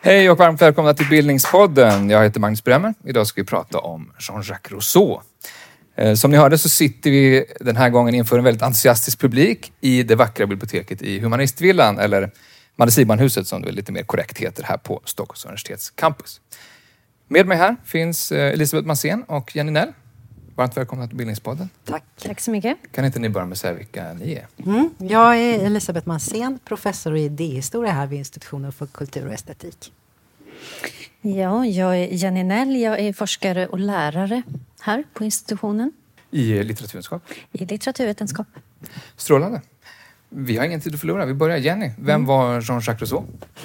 Hej och varmt välkomna till Bildningspodden. Jag heter Magnus Bremmer. Idag ska vi prata om Jean-Jacques Rousseau. Som ni hörde så sitter vi den här gången inför en väldigt entusiastisk publik i det vackra biblioteket i Humanistvillan, eller Madesibanhuset som det lite mer korrekt heter, här på Stockholms universitets campus. Med mig här finns Elisabeth Mansén och Jenny Nell. Varmt välkomna till Bildningspodden. Tack så mycket. Kan inte ni börja med att säga vilka ni är? Jag är Elisabeth Mansén, professor i idéhistoria här vid Institutionen för kultur och estetik. Ja, jag är Jenny Nell. Jag är forskare och lärare här på institutionen. I litteraturvetenskap? I litteraturvetenskap. Strålande. Vi har ingen tid att förlora. Vi börjar. Jenny, vem var Jean-Jacques Rousseau?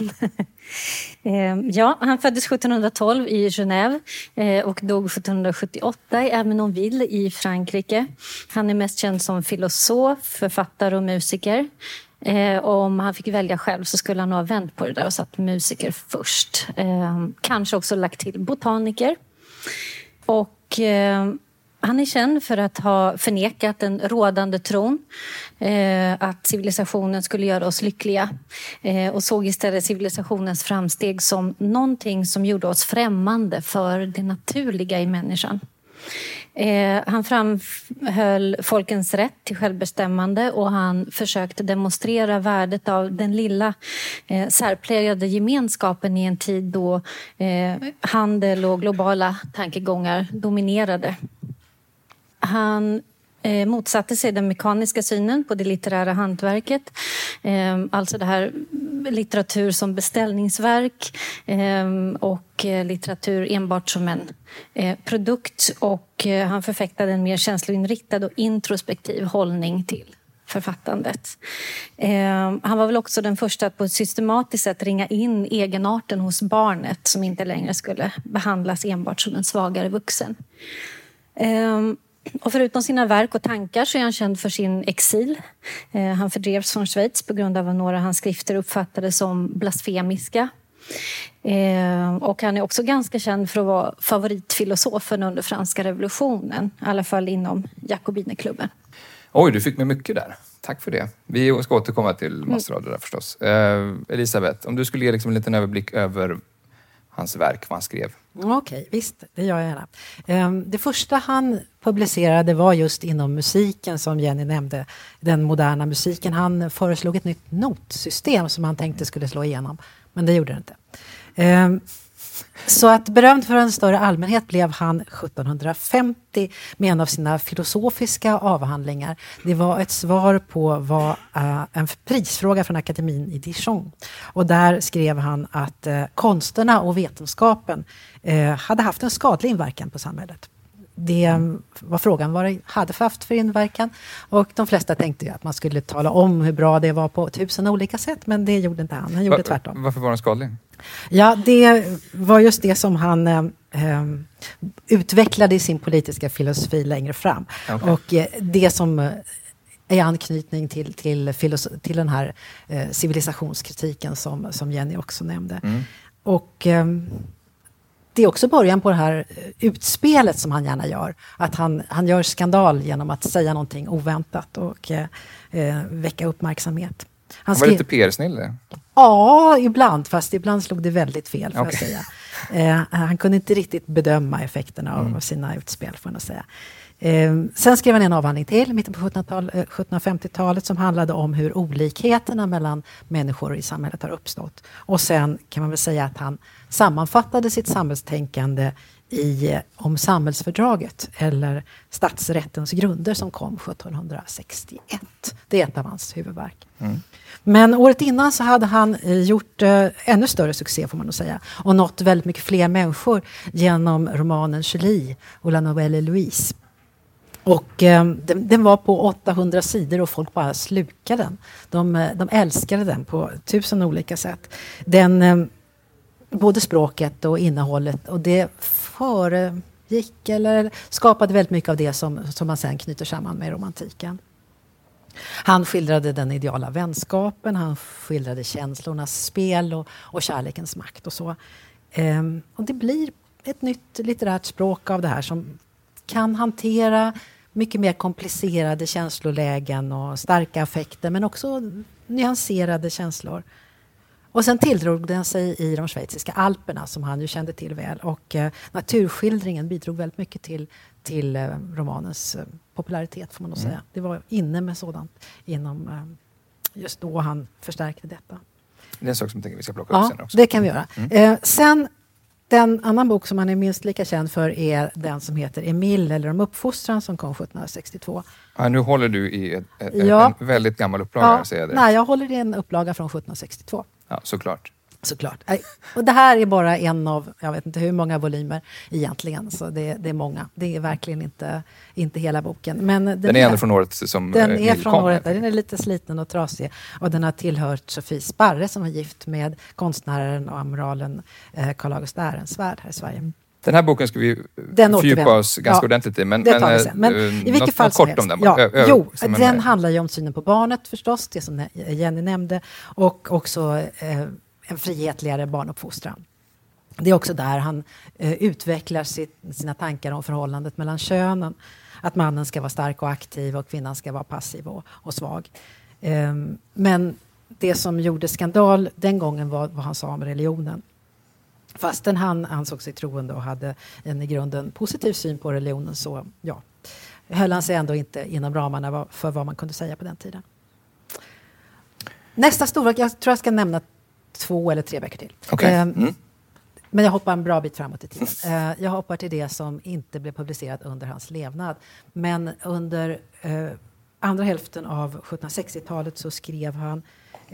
Ja, han föddes 1712 i Genève och dog 1778 i Ermenonville i Frankrike. Han är mest känd som filosof, författare och musiker. Om han fick välja själv så skulle han ha vänt på det där och satt musiker först. Kanske också lagt till botaniker. Och han är känd för att ha förnekat den rådande tron att civilisationen skulle göra oss lyckliga och såg istället civilisationens framsteg som någonting som gjorde oss främmande för det naturliga i människan. Han framhöll folkens rätt till självbestämmande och han försökte demonstrera värdet av den lilla särpräglade gemenskapen i en tid då handel och globala tankegångar dominerade. Han motsatte sig den mekaniska synen på det litterära hantverket. Alltså det här litteratur som beställningsverk och litteratur enbart som en produkt. Och han förfäktade en mer känsloinriktad och introspektiv hållning till författandet. Han var väl också den första att på ett systematiskt sätt ringa in egenarten hos barnet som inte längre skulle behandlas enbart som en svagare vuxen. Och förutom sina verk och tankar så är han känd för sin exil. Han fördrevs från Schweiz på grund av att några av hans skrifter uppfattades som blasfemiska. Och han är också ganska känd för att vara favoritfilosofen under franska revolutionen. I alla fall inom Jakobinerklubben. Oj, du fick med mycket där. Tack för det. Vi ska återkomma till massor av det där förstås. Elisabeth, om du skulle ge liksom en liten överblick över hans verk, vad han skrev. Okej, visst, det gör jag gärna. Det första han publicerade var just inom musiken som Jenny nämnde, den moderna musiken. Han föreslog ett nytt notsystem som han tänkte skulle slå igenom, men det gjorde det inte. Så att berömd för en större allmänhet blev han 1750 med en av sina filosofiska avhandlingar. Det var ett svar på en prisfråga från akademin i Dijon. Och där skrev han att konsterna och vetenskapen hade haft en skadlig inverkan på samhället. Det var frågan vad det hade haft för inverkan. Och de flesta tänkte ju att man skulle tala om hur bra det var på 1000 olika sätt. Men det gjorde inte han. Han gjorde tvärtom. Varför var den skadlig? Ja, det var just det som han utvecklade i sin politiska filosofi längre fram. Okay. Och det som är anknytning till den här civilisationskritiken som Jenny också nämnde. Och det är också början på det här utspelet som han gärna gör. Att han gör skandal genom att säga någonting oväntat och väcka uppmärksamhet. Han var lite PR-snille. Ja, ibland. Fast ibland slog det väldigt fel, får jag säga. Han kunde inte riktigt bedöma effekterna av sina utspel, får jag säga. Sen skrev han en avhandling till, mitten på 1750-talet, som handlade om hur olikheterna mellan människor i samhället har uppstått. Och sen kan man väl säga att han sammanfattade sitt samhällstänkande om samhällsfördraget eller statsrättens grunder som kom 1761. Det är ett av hans huvudverk. Men året innan så hade han gjort ännu större succé, får man nog säga, och nått väldigt mycket fler människor genom romanen Julie och La Novelle Louise. Och den var på 800 sidor och folk bara slukade den. De älskade den på 1000 olika sätt. Både språket och innehållet, och det föregick eller skapade väldigt mycket av det som man sen knyter samman med romantiken. Han skildrade den ideala vänskapen, han skildrade känslornas spel och kärlekens makt och så. Och det blir ett nytt litterärt språk av det här som kan hantera mycket mer komplicerade känslolägen och starka affekter, men också nyanserade känslor. Och sen tildrog den sig i de schweiziska alperna som han ju kände till väl. Och naturskildringen bidrog väldigt mycket till romanens popularitet får man nog säga. Det var inne med sådant inom just då han förstärkte detta. Det är en sak som jag tänker vi ska plocka upp sen också. Det kan vi göra. Sen den annan bok som han är minst lika känd för är den som heter Emil eller om uppfostran som kom 1762. Ja, nu håller du i en väldigt gammal upplaga. Säger jag det. Nej, jag håller i en upplaga från 1762. Ja, såklart. Och det här är bara en av, jag vet inte hur många volymer egentligen, så det är många. Det är verkligen inte hela boken. Men den är ändå från året som den är från året, den är lite sliten och trasig. Och den har tillhört Sofie Sparre som var gift med konstnären och amiralen Carl August Ehrensvärd här i Sverige. Den här boken ska vi fördjupa oss ganska ordentligt i. Men i vilket fall kort om den. Den handlar ju om synen på barnet förstås, det som Jenny nämnde. Och också en frihetligare barnuppfostran. Det är också där han utvecklar sina tankar om förhållandet mellan könen. Att mannen ska vara stark och aktiv och kvinnan ska vara passiv och svag. Men det som gjorde skandal den gången var vad han sa om religionen. Fastän han ansåg sig troende och hade en i grunden positiv syn på religionen så höll han sig ändå inte inom ramarna för vad man kunde säga på den tiden. Nästa stora, jag tror jag ska nämna 2 eller 3 böcker till. Okay. Men jag hoppar en bra bit framåt i tiden. Jag hoppar till det som inte blev publicerat under hans levnad. Men under andra hälften av 1760-talet så skrev han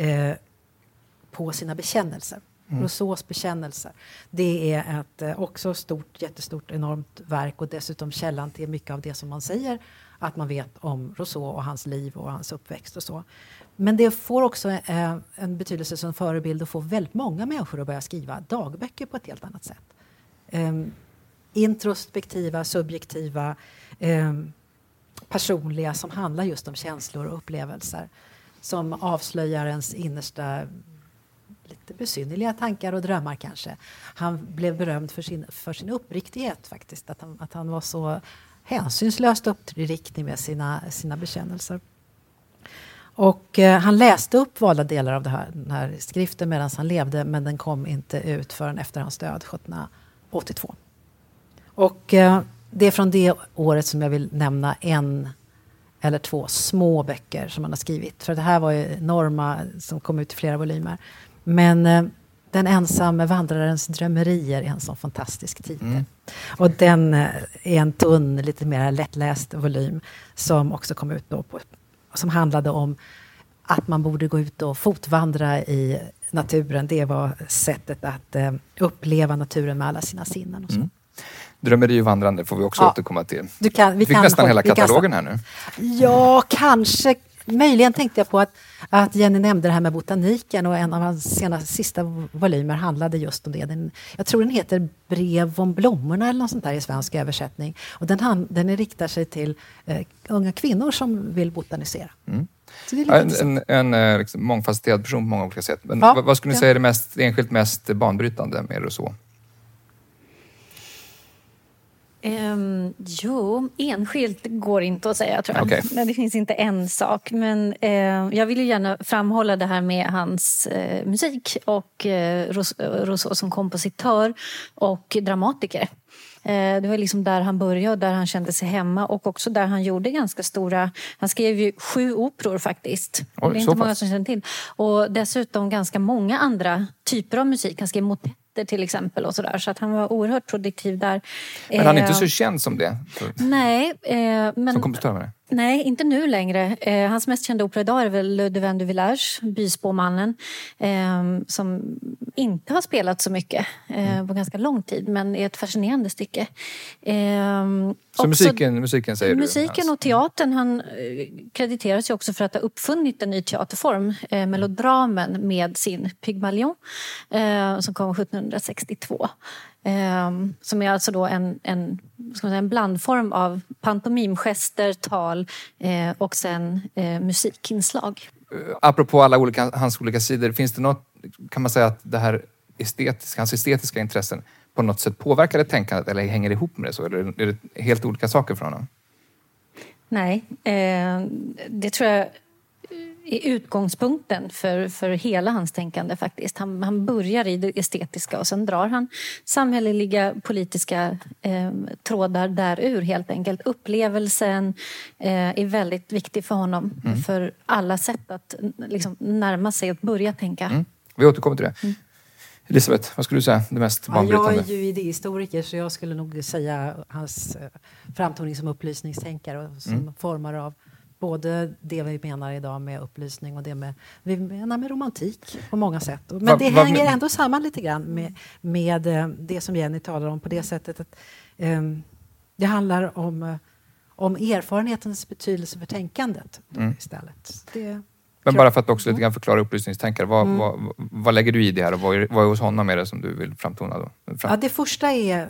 på sina bekännelser. Rousseaus bekännelser. Det är ett också jättestort, enormt verk och dessutom källan till mycket av det som man säger att man vet om Rousseau och hans liv och hans uppväxt och så. Men det får också en betydelse som förebild och får väldigt många människor att börja skriva dagböcker på ett helt annat sätt. Introspektiva, subjektiva, personliga som handlar just om känslor och upplevelser som avslöjar ens innersta lite besynnerliga tankar och drömmar kanske. Han blev berömd för sin uppriktighet faktiskt. Att han var så hänsynslöst uppriktig med sina bekännelser. Och han läste upp valda delar av den här skriften medan han levde, men den kom inte ut förrän efter hans död 1782. Och det är från det året som jag vill nämna 1 eller 2 små böcker som han har skrivit. För det här var ju enorma som kom ut i flera volymer. Men Den ensamme vandrarens drömmerier är en sån fantastisk titel. Och den är en tunn, lite mer lättläst volym som också kom ut då som handlade om att man borde gå ut och fotvandra i naturen. Det var sättet att uppleva naturen med alla sina sinnen och så. Drömmeri och vandrande får vi också återkomma till. Vi fick nästan hela katalogen här nu. Ja, kanske. Möjligen tänkte jag på att Jenny nämnde det här med botaniken och en av hans sista volymer handlade just om det. Jag tror den heter Brev om blommorna eller något sånt där i svensk översättning. Och den riktar sig till unga kvinnor som vill botanisera. Så det är en liksom mångfacetterad person på många olika sätt. Men vad skulle ni säga är det enskilt mest banbrytande med Rousseau? Enskilt går inte att säga, tror jag. Okay. Det finns inte en sak. Men jag vill ju gärna framhålla det här med hans musik och Rousseau som kompositör och dramatiker. Det var liksom där han började, där han kände sig hemma och också där han gjorde ganska stora... Han skrev ju 7 operor faktiskt. Det är inte många som känner till. Och dessutom ganska många andra typer av musik. Han skrev motetter till exempel och sådär. Så att han var oerhört produktiv där. Men han är inte så känd som det? Nej. Men, som kompositör med det? Nej, inte nu längre. Hans mest kända opera idag är väl Le Devin du Village, Byspåmannen, som inte har spelat så mycket på ganska lång tid, men är ett fascinerande stycke. Så musiken säger du? Musiken och teatern, han krediteras ju också för att ha uppfunnit en ny teaterform, melodramen med sin Pygmalion, som kom 1762. Som är alltså då en blandform av pantomimgester, tal och sen musikinslag. Apropå hans olika sidor, finns det något, kan man säga att det här hans estetiska intressen på något sätt påverkar det tänkandet eller hänger ihop med det så? Eller är det helt olika saker för honom? Nej, det tror jag är utgångspunkten för hela hans tänkande faktiskt. Han börjar i det estetiska och sen drar han samhälleliga politiska trådar därur helt enkelt. Upplevelsen är väldigt viktig för honom för alla sätt att liksom närma sig och börja tänka. Vi återkommer till det. Elisabeth, vad skulle du säga det mest banbrytande? Jag är ju idéhistoriker så jag skulle nog säga hans framtoning som upplysningstänkare och som formar av både det vi menar idag med upplysning och det vi menar med romantik på många sätt. Men det hänger ändå samman lite grann med det som Jenny talar om på det sättet att det handlar om erfarenhetens betydelse för tänkandet istället. Men bara för att också lite grann förklara upplysningstänkare, vad lägger du i det här och vad är hos honom är det som du vill framtona då? Ja, det första är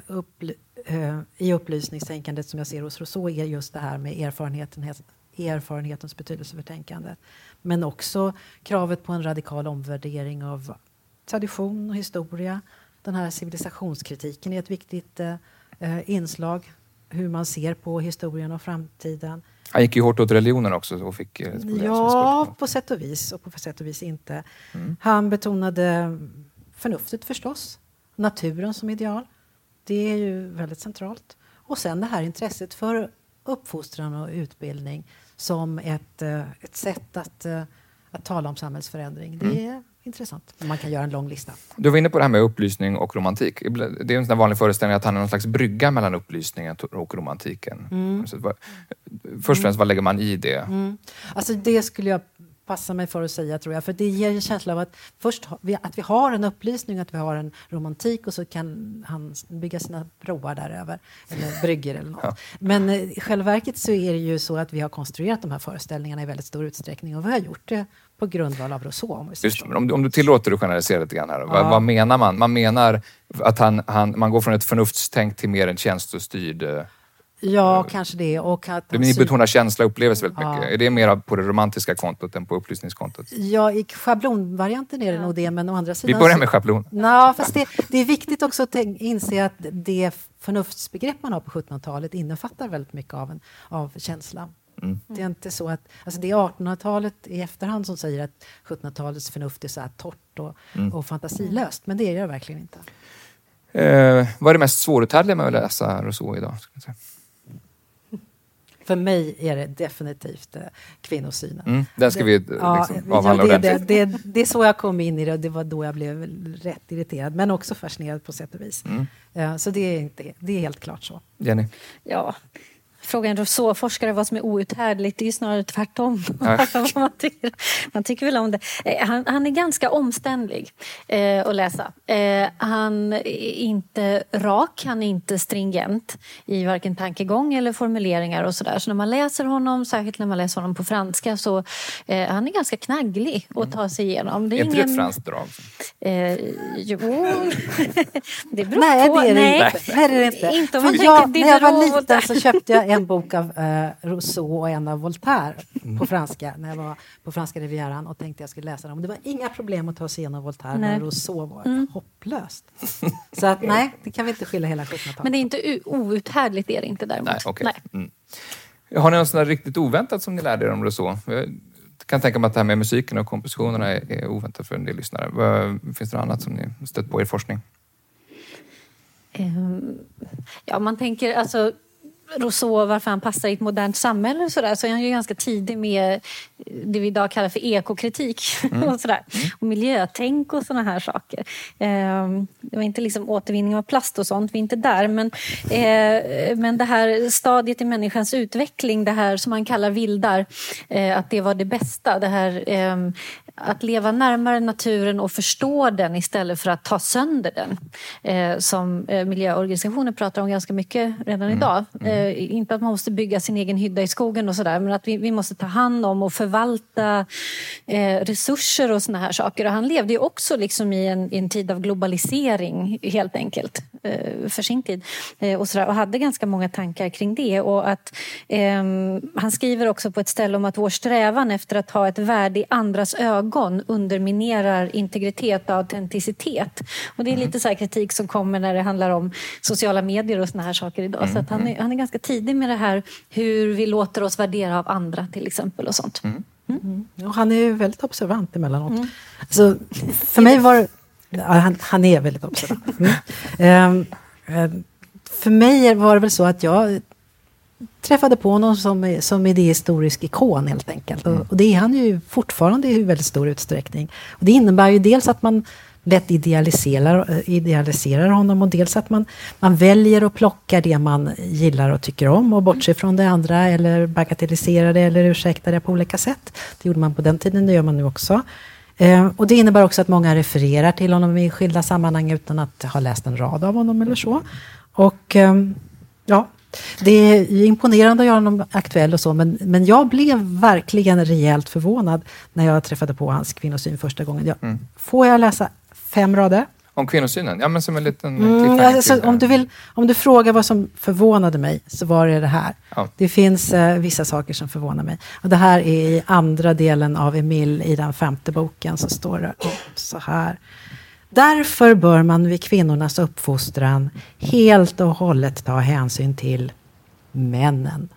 i upplysningstänkandet som jag ser hos Rousseau är just det här med erfarenhetens betydelse för tänkandet. Men också kravet på en radikal omvärdering av tradition och historia. Den här civilisationskritiken är ett viktigt inslag. Hur man ser på historien och framtiden. Han gick ju hårt åt religionen också och fick på sätt och vis och på sätt och vis inte. Han betonade förnuftet förstås. Naturen som ideal. Det är ju väldigt centralt. Och sen det här intresset för uppfostran och utbildning som ett sätt att tala om samhällsförändring. Det är intressant. Man kan göra en lång lista. Du var inne på det här med upplysning och romantik. Det är en sån vanlig föreställning att han är någon slags brygga mellan upplysningen och romantiken. Så först och främst, vad lägger man i det? Alltså det skulle jag passa mig för att säga, tror jag. För det ger en känsla av att först att vi har en upplysning, att vi har en romantik och så kan han bygga sina broar däröver. Eller brygger eller något. Ja. Men i själva verket så är det ju så att vi har konstruerat de här föreställningarna i väldigt stor utsträckning och vi har gjort det på grundval av Rousseau. Just, om du tillåter att generalisera lite grann här. Vad menar man? Man menar att man går från ett förnuftstänk till mer en känslostyrd... Ja, kanske det. Och att ni betonar känsla och upplevelse väldigt mycket. Är det mer på det romantiska kontot än på upplysningskontot? Ja, i schablonvarianten är det nog det, men å andra sidan... Vi börjar med schablon. Fast det är viktigt också att inse att det förnuftsbegrepp man har på 1700-talet innefattar väldigt mycket av känsla. Det är inte så att... Alltså det är 1800-talet i efterhand som säger att 1700-talets förnuft är så här torrt och fantasilöst, men det är det verkligen inte. Vad är det mest svåruthärdliga med att läsa Rousseau idag? Ska jag säga? För mig är det definitivt kvinnosynen. Den ska vi avhandla ordentligt. Det är så jag kom in i det och det var då jag blev rätt irriterad. Men också fascinerad på sätt och vis. Så det är helt klart så. Jenny? Ja, frågan Rousseau-forskare vad som är outhärdligt, det är ju snarare tvärtom. Man tycker väl om det. Han är ganska omständlig att läsa. Han är inte rak, han är inte stringent i varken tankegång eller formuleringar och sådär. Så när man läser honom, särskilt när man läser honom på franska, så han är ganska knagglig att ta sig igenom. Det är inte ett franskt drag? Jo, det beror på. Nej, det är det inte. När jag var liten så köpte jag en bok av Rousseau och en av Voltaire på franska när jag var på franska rivieran och tänkte jag skulle läsa dem. Det var inga problem att ta sig igenom Voltaire, men Rousseau var hopplöst. Så att nej, det kan vi inte skylla hela 1700-talet. Men det är inte outhärdligt, är det inte däremot. Nej, okay. Har ni något sånt där riktigt oväntat som ni lärde er om Rousseau? Jag kan tänka mig att det här med musiken och kompositionerna är oväntat för en del lyssnare. Finns det något annat som ni stött på i forskning? Ja, man tänker alltså Rousseau, varför han passar i ett modernt samhälle och sådär, så är han ju ganska tidig med det vi idag kallar för ekokritik och sådär. Och miljötänk och sådana här saker. Det var inte liksom återvinning av plast och sånt, vi är inte där. Men det här stadiet i människans utveckling, det här som man kallar vildar, att det var det bästa. Det här att leva närmare naturen och förstå den istället för att ta sönder den. Som miljöorganisationer pratar om ganska mycket redan idag. Inte att man måste bygga sin egen hydda i skogen och sådär, men att vi måste ta hand om och förvalta resurser och såna här saker. Och han levde ju också liksom i en tid av globalisering helt enkelt för sin tid. Och hade ganska många tankar kring det. Och att han skriver också på ett ställe om att vår strävan efter att ha ett värde i andras ögon underminerar integritet och autenticitet. Och det är lite så här kritik som kommer när det handlar om sociala medier och såna här saker idag. Så att han är ganska tidig med det här hur vi låter oss värdera av andra till exempel och sånt. Och han är ju väldigt observant emellanåt. Så för mig var han är väldigt observant. För mig var det väl så att jag träffade på honom som idéhistorisk ikon helt enkelt. Och det är han ju fortfarande i väldigt stor utsträckning. Och det innebär ju dels att man lätt idealiserar honom och dels att man väljer och plockar det man gillar och tycker om och bortser från det andra eller bagatelliserar det eller ursäktar det på olika sätt. Det gjorde man på den tiden, det gör man nu också. Och det innebär också att många refererar till honom i skilda sammanhang utan att ha läst en rad av honom eller så. Och det är imponerande att göra honom aktuell och så, men jag blev verkligen rejält förvånad när jag träffade på hans kvinnosyn första gången. Får jag läsa 5 rader? Om kvinnosynen? Ja, men som en liten om du frågar vad som förvånade mig så var det här. Ja. Det finns vissa saker som förvånar mig. Och det här är i andra delen av Emile i den 5:e boken så står det så här. Därför bör man vid kvinnornas uppfostran helt och hållet ta hänsyn till männen.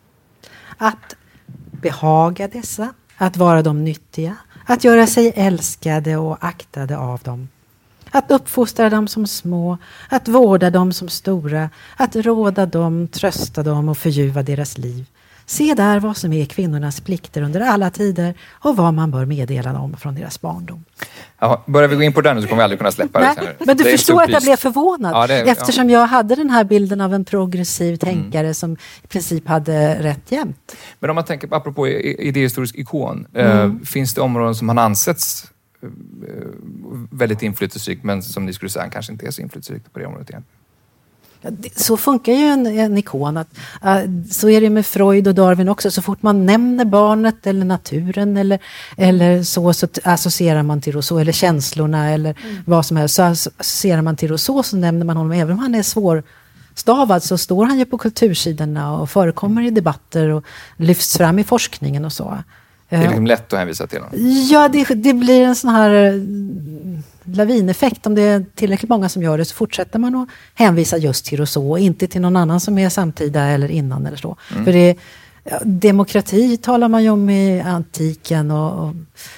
Att behaga dessa, att vara dem nyttiga, att göra sig älskade och aktade av dem. Att uppfostra dem som små, att vårda dem som stora, att råda dem, trösta dem och förljuva deras liv. Se där vad som är kvinnornas plikter under alla tider och vad man bör meddela dem från deras barndom. Ja, börjar vi gå in på den så kommer vi aldrig kunna släppa det. Men du förstår att jag blev förvånad eftersom jag hade den här bilden av en progressiv tänkare som i princip hade rätt jämt. Men om man tänker apropå idéhistorisk ikon, finns det områden som han ansetts väldigt inflytelserik men som ni skulle säga kanske inte är så inflytelserik på det området igen? Så funkar ju en ikon. Så är det med Freud och Darwin också. Så fort man nämner barnet eller naturen eller så associerar man till Rousseau eller känslorna eller vad som helst. Så associerar man till Rousseau så nämner man honom. Även om han är svårstavad så står han ju på kultursidorna och förekommer i debatter och lyfts fram i forskningen och så. Det är liksom lätt att hänvisa till honom. Ja, det blir en sån här lavineffekt. Om det är tillräckligt många som gör det så fortsätter man att hänvisa just till Rousseau och inte till någon annan som är samtida eller innan eller så. För demokrati talar man ju om i antiken och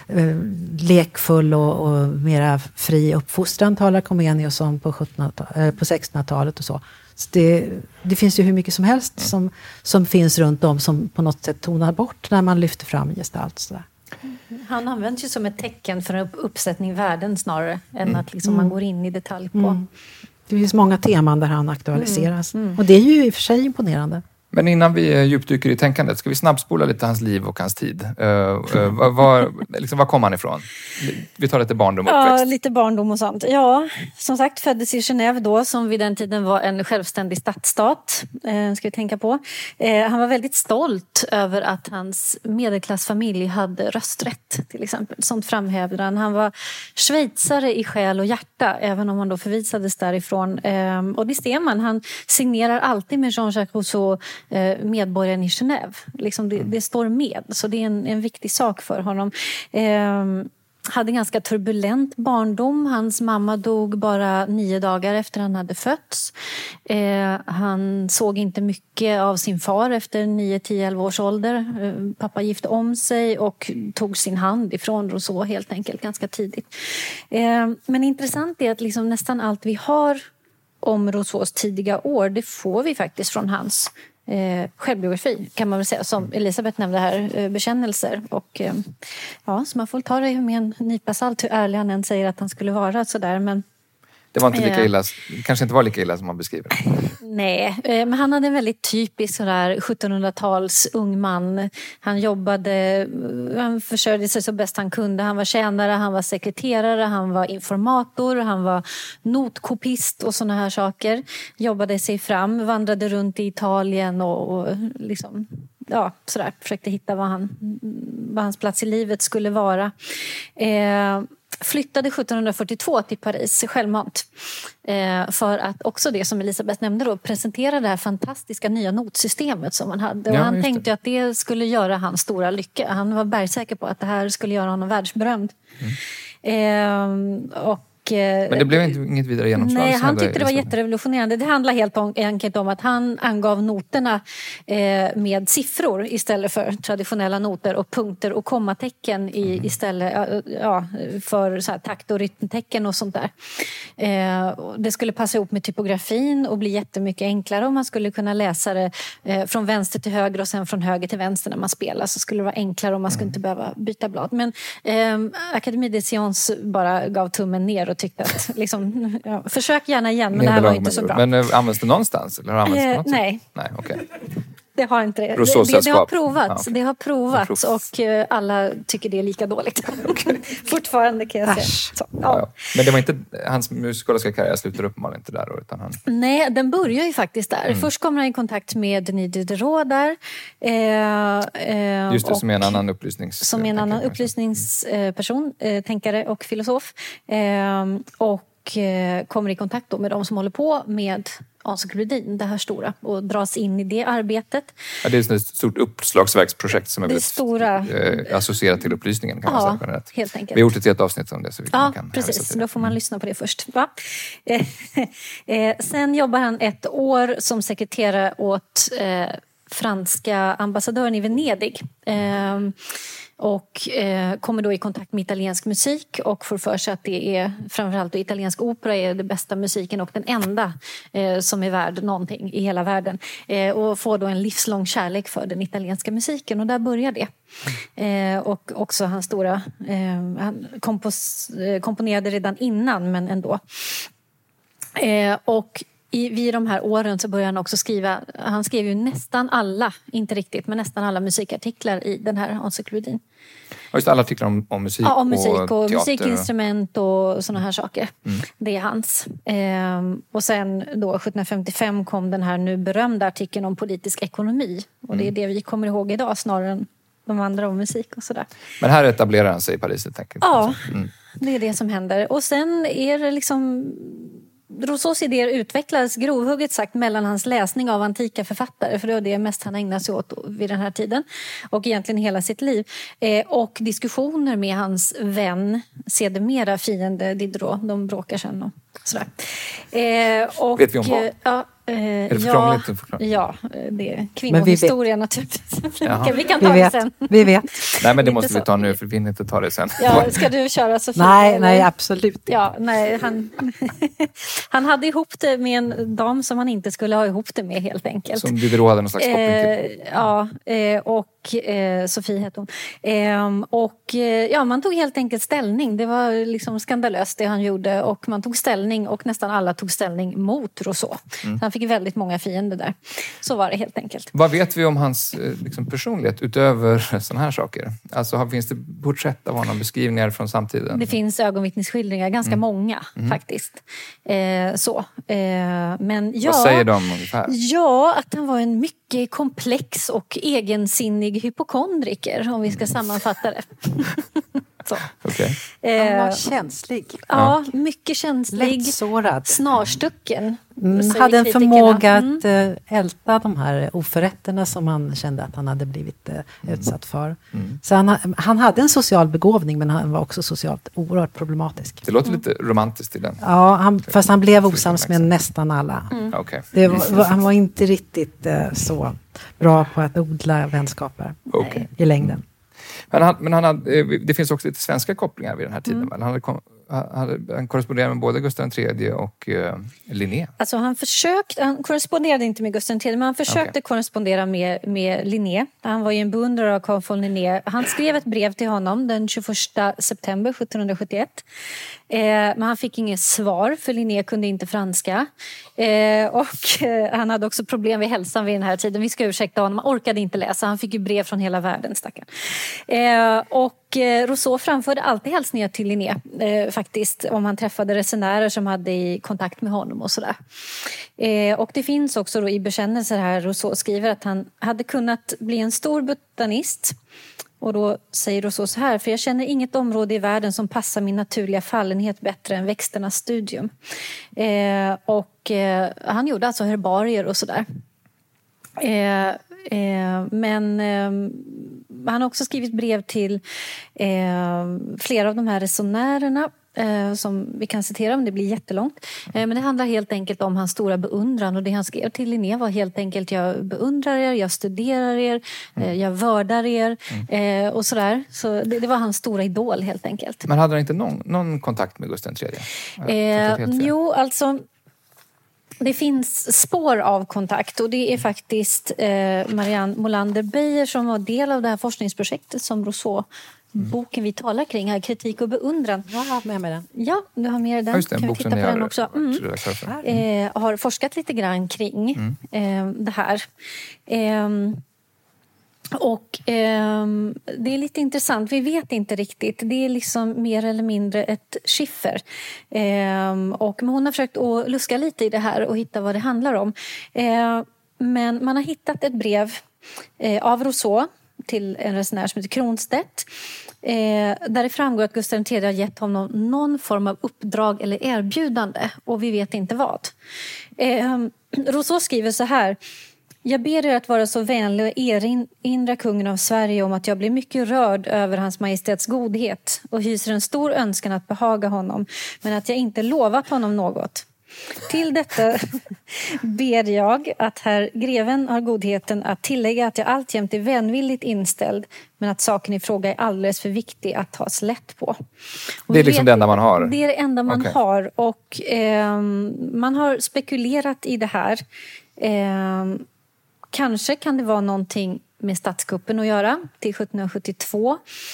lekfull och mera fri uppfostran talar Comenius om på 1600-talet och så. Så det finns ju hur mycket som helst som finns runt om som på något sätt tonar bort när man lyfter fram gestalt. Sådär. Han används ju som ett tecken för en uppsättning värden snarare än att liksom man går in i detalj på. Det finns många teman där han aktualiseras. Och det är ju i och för sig imponerande. Men innan vi djupdyker i tänkandet, ska vi snabbspola lite hans liv och hans tid? Var kom han ifrån? Vi tar lite barndom och uppväxt. Ja, lite barndom och sånt. Ja, som sagt föddes i Genève då, som vid den tiden var en självständig stadsstat, ska vi tänka på. Han var väldigt stolt över att hans medelklassfamilj hade rösträtt, till exempel. Sånt framhävde han. Han var schweizare i själ och hjärta, även om han då förvisades därifrån. Och det ser man, han signerar alltid med Jean-Jacques Rousseau medborgaren i Genève. Liksom det står med. Så det är en viktig sak för honom. Hade ganska turbulent barndom. Hans mamma dog bara 9 dagar efter han hade fötts. Han såg inte mycket av sin far efter 9, 10, 11 års ålder. Pappa gifte om sig och tog sin hand ifrån Rousseau helt enkelt ganska tidigt. Men intressant är att liksom nästan allt vi har om Rousseaus tidiga år, det får vi faktiskt från hans självbiografi, kan man väl säga, som Elisabeth nämnde här, bekännelser. Och så man får ta det med en nypa salt hur ärlig han än säger att han skulle vara sådär, men det var inte lika illa, kanske inte var lika illa som man beskriver. Nej, men han hade en väldigt typisk sådär 1700-tals ung man. Han försörjde sig så bäst han kunde. Han var tjänare, han var sekreterare, han var informator, han var notkopist och såna här saker. Jobbade sig fram, vandrade runt i Italien och liksom, sådär, försökte hitta vad hans plats i livet skulle vara. Flyttade 1742 till Paris självmant för att också det som Elisabeth nämnde då, presentera det här fantastiska nya notsystemet som han hade. Och han tänkte att det skulle göra hans stora lycka. Han var bergsäker på att det här skulle göra honom världsberömd. Och Men det blev inget vidare genomslag? Nej, han tyckte det var jätterevolutionerande. Det handlar helt enkelt om att han angav noterna med siffror istället för traditionella noter och punkter och kommatecken istället för så här, takt- och rytmtecken och sånt där. Det skulle passa ihop med typografin och bli jättemycket enklare om man skulle kunna läsa det från vänster till höger och sen från höger till vänster när man spelar, så skulle det vara enklare och man skulle inte behöva byta blad. Men Académie des Sciences bara gav tummen ner och tyckte att liksom, försök gärna igen, men det här var inte så bra. Men används det någonstans? Eller har används det någonstans? Nej, okej. Det har inte det. Det har provats. Ja. Det har provats och alla tycker det är lika dåligt. Fortfarande kan jag säga. Så, ja. Men det var inte hans musikaliska karriär slutade uppenbarligen inte där då, utan han... Nej, den börjar ju faktiskt där. Först kommer han i kontakt med Denis Diderot där. Just det, som är en annan upplysningsperson, tänkare och filosof. Och kommer i kontakt då med de som håller på med encyklopedin, det här stora, och dras in i det arbetet. Ja, det är ett stort uppslagsverksprojekt som är väldigt stora... associerat till upplysningen, kan man säga. Helt enkelt. Vi har gjort ett helt avsnitt om det, så vi kan precis. Då får man lyssna på det först. Sen jobbar han ett år som sekreterare åt franska ambassadören i Venedig. Och kommer då i kontakt med italiensk musik och får för sig att det är framförallt italiensk opera är den bästa musiken och den enda som är värd någonting i hela världen. Och får då en livslång kärlek för den italienska musiken, och där börjar det. Och också hans stora... han komponerade redan innan, men ändå. Och vid de här åren så började han också skriva, han skrev ju nästan alla, inte riktigt, men nästan alla musikartiklar i den här encyklopedin. Och just alla artiklar om musik, om musik och teater. Musikinstrument och såna här saker. Det är hans. Och sen då 1755 kom den här nu berömda artikeln om politisk ekonomi. Och det är det vi kommer ihåg idag snarare än de andra om musik och sådär. Men här etablerar han sig i Paris helt enkelt. Ja, det är det som händer. Och sen är det liksom... Rousseaus idéer utvecklades grovhugget sagt mellan hans läsning av antika författare, för det var det mest han ägnade sig åt vid den här tiden och egentligen hela sitt liv, och diskussioner med hans vän, sedermera fiende Diderot. De bråkar sen och sådär. Och, vet vi om vad? Är det för krångligt att förklara? Ja, det är kvinnohistoria naturligtvis. Vi kan ta det sen. Vi vet. Nej, men det måste vi ta nu, för vi hinner inte ta det sen. Ja, ska du köra Sofie? Nej, absolut. Ja, nej, han hade ihop det med en dam som han inte skulle ha ihop det med, helt enkelt. Som Diderot hade någon slags koppling till. Och Sofie hette hon. Man tog helt enkelt ställning. Det var liksom skandalöst det han gjorde, och man tog ställning, och nästan alla tog ställning mot Rousseau. Han fick väldigt många fiender där. Så var det helt enkelt. Vad vet vi om hans personlighet utöver sådana här saker? Alltså, finns det porträtt av honom, beskrivningar från samtiden? Det finns ögonvittnesskildringar, ganska många faktiskt. Men vad säger de ungefär? Ja, att han var en mycket komplex och egensinnig hypokondriker, om vi ska sammanfatta det. Okay. Han var känslig. Ja, mycket känslig. Lättsårad. Snarstucken. Hade en förmåga att älta de här oförrätterna som han kände att han hade blivit utsatt för. Så han hade en social begåvning, men han var också socialt oerhört problematisk. Det låter lite romantiskt i den. Ja, fast han blev osams med nästan alla. Okay. Han var inte riktigt så bra på att odla vänskaper i längden. Men det finns också lite svenska kopplingar vid den här tiden. Han korresponderade med både Gustav III och Linné. Alltså han korresponderade inte med Gustav III, men han försökte korrespondera med Linné. Han var ju en beundrare av Carl von Linné. Han skrev ett brev till honom den 21 september 1771. Men han fick inget svar, för Linné kunde inte franska. Och han hade också problem med hälsan vid den här tiden. Vi ska ursäkta honom, han orkade inte läsa. Han fick ju brev från hela världen, stackaren. Och Rousseau framförde alltid hälsningar till Linné, faktiskt, om han träffade resenärer som hade i kontakt med honom och sådär. Och det finns också då i bekännelser här, Rousseau skriver att han hade kunnat bli en stor botanist. Och då säger Rousseau så här: för jag känner inget område i världen som passar min naturliga fallenhet bättre än växternas studium. Han gjorde alltså herbarier och sådär. Men han har också skrivit brev till flera av de här resonärerna. som vi kan citera om det blir jättelångt. Men det handlar helt enkelt om hans stora beundran, och det han skrev till Linné var helt enkelt: jag beundrar er, jag studerar er, jag vördar er och sådär. Så det var hans stora idol helt enkelt. Men hade han inte någon kontakt med Gustav III? Jo, alltså det finns spår av kontakt, och det är faktiskt Marianne Molander Beijer som var del av det här forskningsprojektet som Rousseau, boken vi talar kring här, Kritik och beundran. Jag har med den. Ja, du har med den. Just det, kan vi titta på den också. Har forskat lite grann kring det här. Och det är lite intressant, vi vet inte riktigt. Det är liksom mer eller mindre ett skiffer. Men hon har försökt att luska lite i det här och hitta vad det handlar om. Men man har hittat ett brev av Rousseau till en resenär som heter Kronstedt. Där det framgår att Gustav III har gett honom någon form av uppdrag eller erbjudande. Och vi vet inte vad. Rousseau skriver så här: jag ber er att vara så vänlig och erinra kungen av Sverige om att jag blir mycket rörd över hans majestäts godhet och hyser en stor önskan att behaga honom, men att jag inte lovat honom något. Till detta ber jag att herr greven har godheten att tillägga att jag alltjämt är vänvilligt inställd, men att saken i fråga är alldeles för viktig att tas lätt på. Och det är liksom det enda man har? Det är det enda man har, och man har spekulerat i det här. Kanske kan det vara någonting med statskuppen att göra till 1772.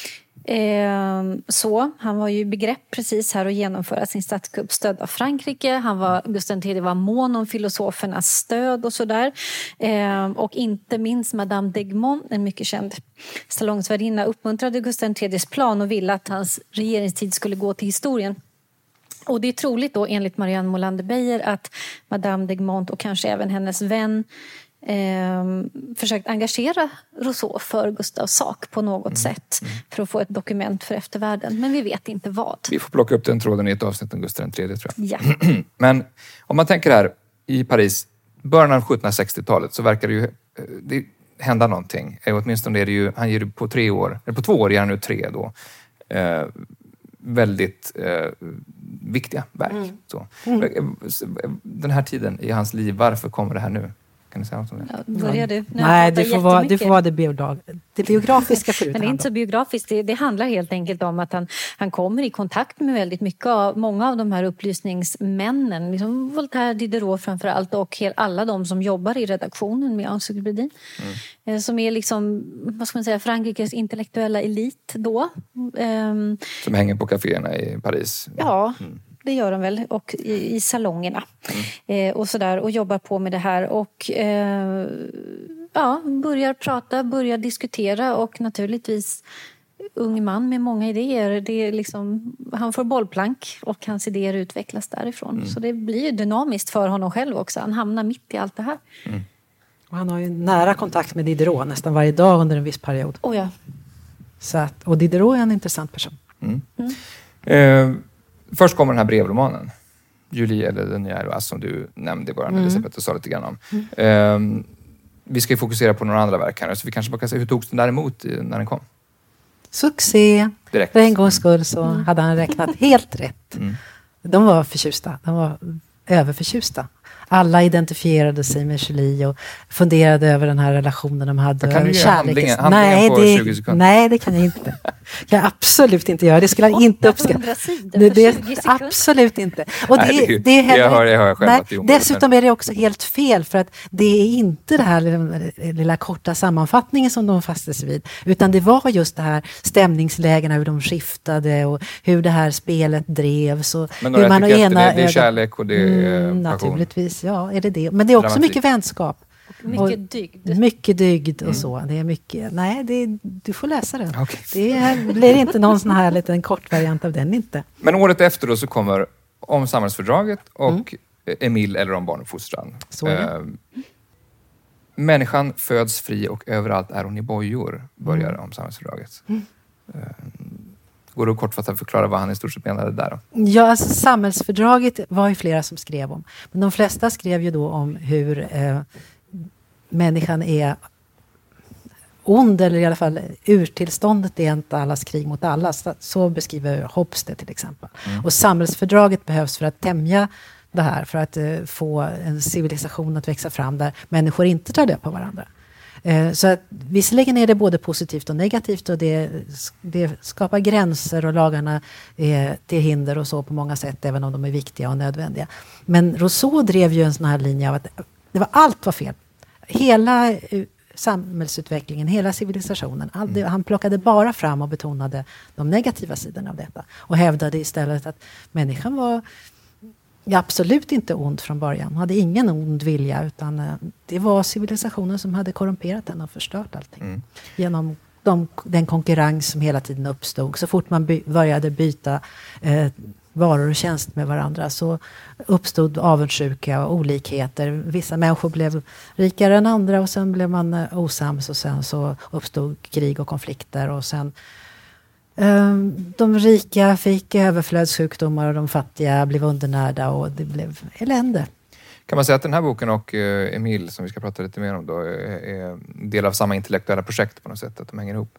Han var ju i begrepp precis här att genomföra sin statskupp stöd av Frankrike. Gustav III var mån om filosofernas stöd och sådär. Och inte minst Madame d'Egmont, en mycket känd salongsvärdinna, uppmuntrade Gustav III:s plan och ville att hans regeringstid skulle gå till historien. Och det är troligt då, enligt Marianne Molander Beijer, att Madame d'Egmont och kanske även hennes vän försökt engagera Rousseau för Gustavs sak på något sätt för att få ett dokument för eftervärlden. Men vi vet inte vad. Vi får plocka upp den tråden i ett avsnitt om Gustav III, tror jag. Ja. Men om man tänker här i Paris, början av 1760-talet, så verkar det hända någonting. Åtminstone är det ju, han ger det på 3 år, eller på 2 år ger han nu 3 då. Väldigt viktiga verk. Så. Den här tiden i hans liv, varför kommer det här nu? Kan du säga något om det? Börjar du? Nej, det får vara det biografiska förut. Men det är inte så biografiskt. Det handlar helt enkelt om att han kommer i kontakt med väldigt mycket av många av de här upplysningsmännen. Liksom Voltaire, Diderot framför allt, och alla de som jobbar i redaktionen med encyklopedin. Som är liksom, vad ska man säga, Frankrikes intellektuella elit då. Som hänger på kaféerna i Paris. Ja. Det gör de väl, och i salongerna och sådär, och jobbar på med det här och börjar prata, börjar diskutera, och naturligtvis ung man med många idéer. Det är liksom, han får bollplank och hans idéer utvecklas därifrån. Så det blir ju dynamiskt för honom själv också. Han hamnar mitt i allt det här. Och han har ju nära kontakt med Diderot nästan varje dag under en viss period. Och Diderot är en intressant person. Först kommer den här brevromanen. Julie eller den nya, som du nämnde i början, Elisabeth, och sa lite grann om. Vi ska ju fokusera på några andra verk här, så vi kanske bara kan säga, hur togs den där emot när den kom? Succé! Direkt. För en gångs skull så hade han räknat helt rätt. De var förtjusta. De var överförtjusta. Alla identifierade sig med Julie och funderade över den här relationen de hade. Kan du göra handlingen på 20 sekunder? Nej, det kan jag inte. Det kan jag absolut inte göra. Det skulle jag inte uppskatta. Absolut inte. Och det jag hör själv att det är omöjligt. Dessutom är det också helt fel, för att det är inte det här lilla korta sammanfattningen som de fastnade sig vid, utan det var just det här stämningslägena, hur de skiftade och hur det här spelet drevs. Och men hur man det är kärlek och det är passion. Naturligtvis, ja, är det. Men det är också mycket vänskap. Mycket dygd. Mycket dygd och så. Det är mycket. Nej, du får läsa den. Okay. Det blir inte någon sån här liten kort variant av den, inte. Men året efter då så kommer om samhällsfördraget och Emile eller om barnuppfostran. Människan föds fri och överallt är hon i bojor, börjar om samhällsfördraget. Går det kort för att förklara vad han i stort sett menade där då? Ja, alltså, samhällsfördraget var ju flera som skrev om. Men de flesta skrev ju då om hur människan är ond, eller i alla fall urtillståndet är inte allas krig mot alla. Så beskriver Hobbes det till exempel. Och samhällsfördraget behövs för att tämja det här, för att få en civilisation att växa fram där människor inte tar död på varandra. Så att, visserligen är det både positivt och negativt, och det skapar gränser, och lagarna är till hinder och så på många sätt, även om de är viktiga och nödvändiga. Men Rousseau drev ju en sån här linje av att allt var fel. Hela samhällsutvecklingen, hela civilisationen. Han plockade bara fram och betonade de negativa sidorna av detta. Och hävdade istället att människan var absolut inte ond från början. Hon hade ingen ond vilja, utan det var civilisationen som hade korrumperat den och förstört allting. Genom den konkurrens som hela tiden uppstod. Så fort man började byta varor och tjänster med varandra så uppstod avundsjuka och olikheter. Vissa människor blev rikare än andra, och sen blev man osams, och sen så uppstod krig och konflikter, och sen de rika fick överflödssjukdomar och de fattiga blev undernärda, och det blev elände. Kan man säga att den här boken och Emile, som vi ska prata lite mer om då, är del av samma intellektuella projekt på något sätt, att de hänger ihop?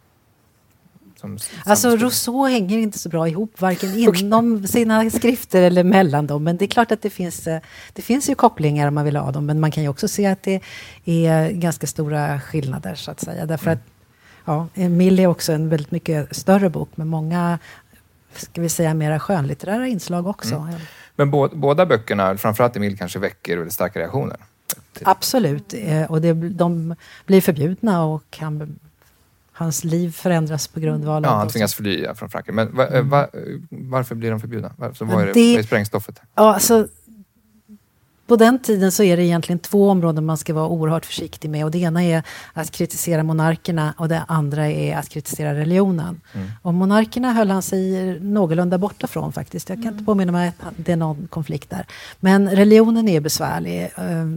Alltså Rousseau hänger inte så bra ihop, varken inom sina skrifter eller mellan dem. Men det är klart att det finns ju kopplingar om man vill ha dem. Men man kan ju också se att det är ganska stora skillnader, så att säga. Därför att Emile är också en väldigt mycket större bok med många, ska vi säga, mera skönlitterära inslag också. Men båda böckerna, framförallt Emile, kanske väcker väldigt starka reaktioner? Absolut. Och de blir förbjudna, och hans liv förändras på grundval av... Ja, han tvingas fly från Frankrike. Men varför blir de förbjudna? Vad är sprängstoffet? Ja, alltså, på den tiden så är det egentligen 2 områden man ska vara oerhört försiktig med. Och det ena är att kritisera monarkerna, och det andra är att kritisera religionen. Och monarkerna höll han sig någorlunda borta från faktiskt. Jag kan inte påminna mig att det är någon konflikt där. Men religionen är besvärlig.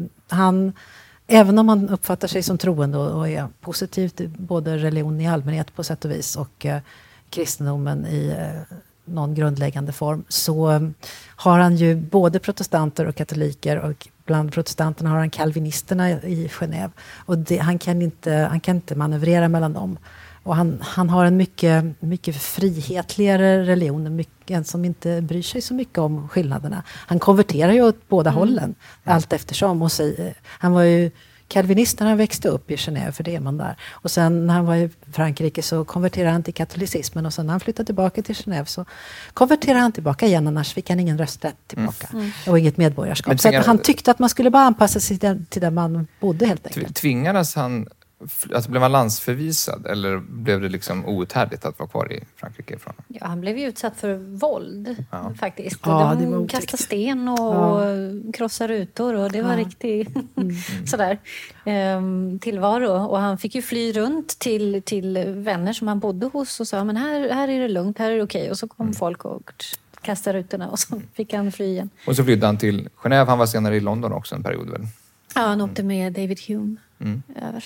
Även om man uppfattar sig som troende och är positiv till både religion i allmänhet på sätt och vis, och kristendomen i någon grundläggande form, så har han ju både protestanter och katoliker, och bland protestanterna har han kalvinisterna i Genève. Och han kan inte manövrera mellan dem. Och han har en mycket frihetligare religion, en som inte bryr sig så mycket om skillnaderna. Han konverterar ju åt båda hållen, allt eftersom. Och han var ju kalvinist när han växte upp i Genève, för det är man där. Och sen när han var i Frankrike så konverterade han till katolicismen, och sen när han flyttade tillbaka till Genève så konverterade han tillbaka igen, annars fick han ingen rösträtt tillbaka. Och inget medborgarskap. Så han tyckte att man skulle bara anpassa sig till där man bodde, helt enkelt. Tvingades han, alltså blev han landsförvisad, eller blev det liksom outhärdligt att vara kvar i Frankrike? Ja, han blev ju utsatt för våld faktiskt. Ja, de kastade sten och krossade rutor, och det var riktigt sådär tillvaro. Och han fick ju fly runt till vänner som han bodde hos och sa, men här är det lugnt, här är det okej. Och så kom folk och kastade rutorna, och så fick han fly igen. Och så flydde han till Genève. Han var senare i London också en period, väl? Ja, han åkte med David Hume över.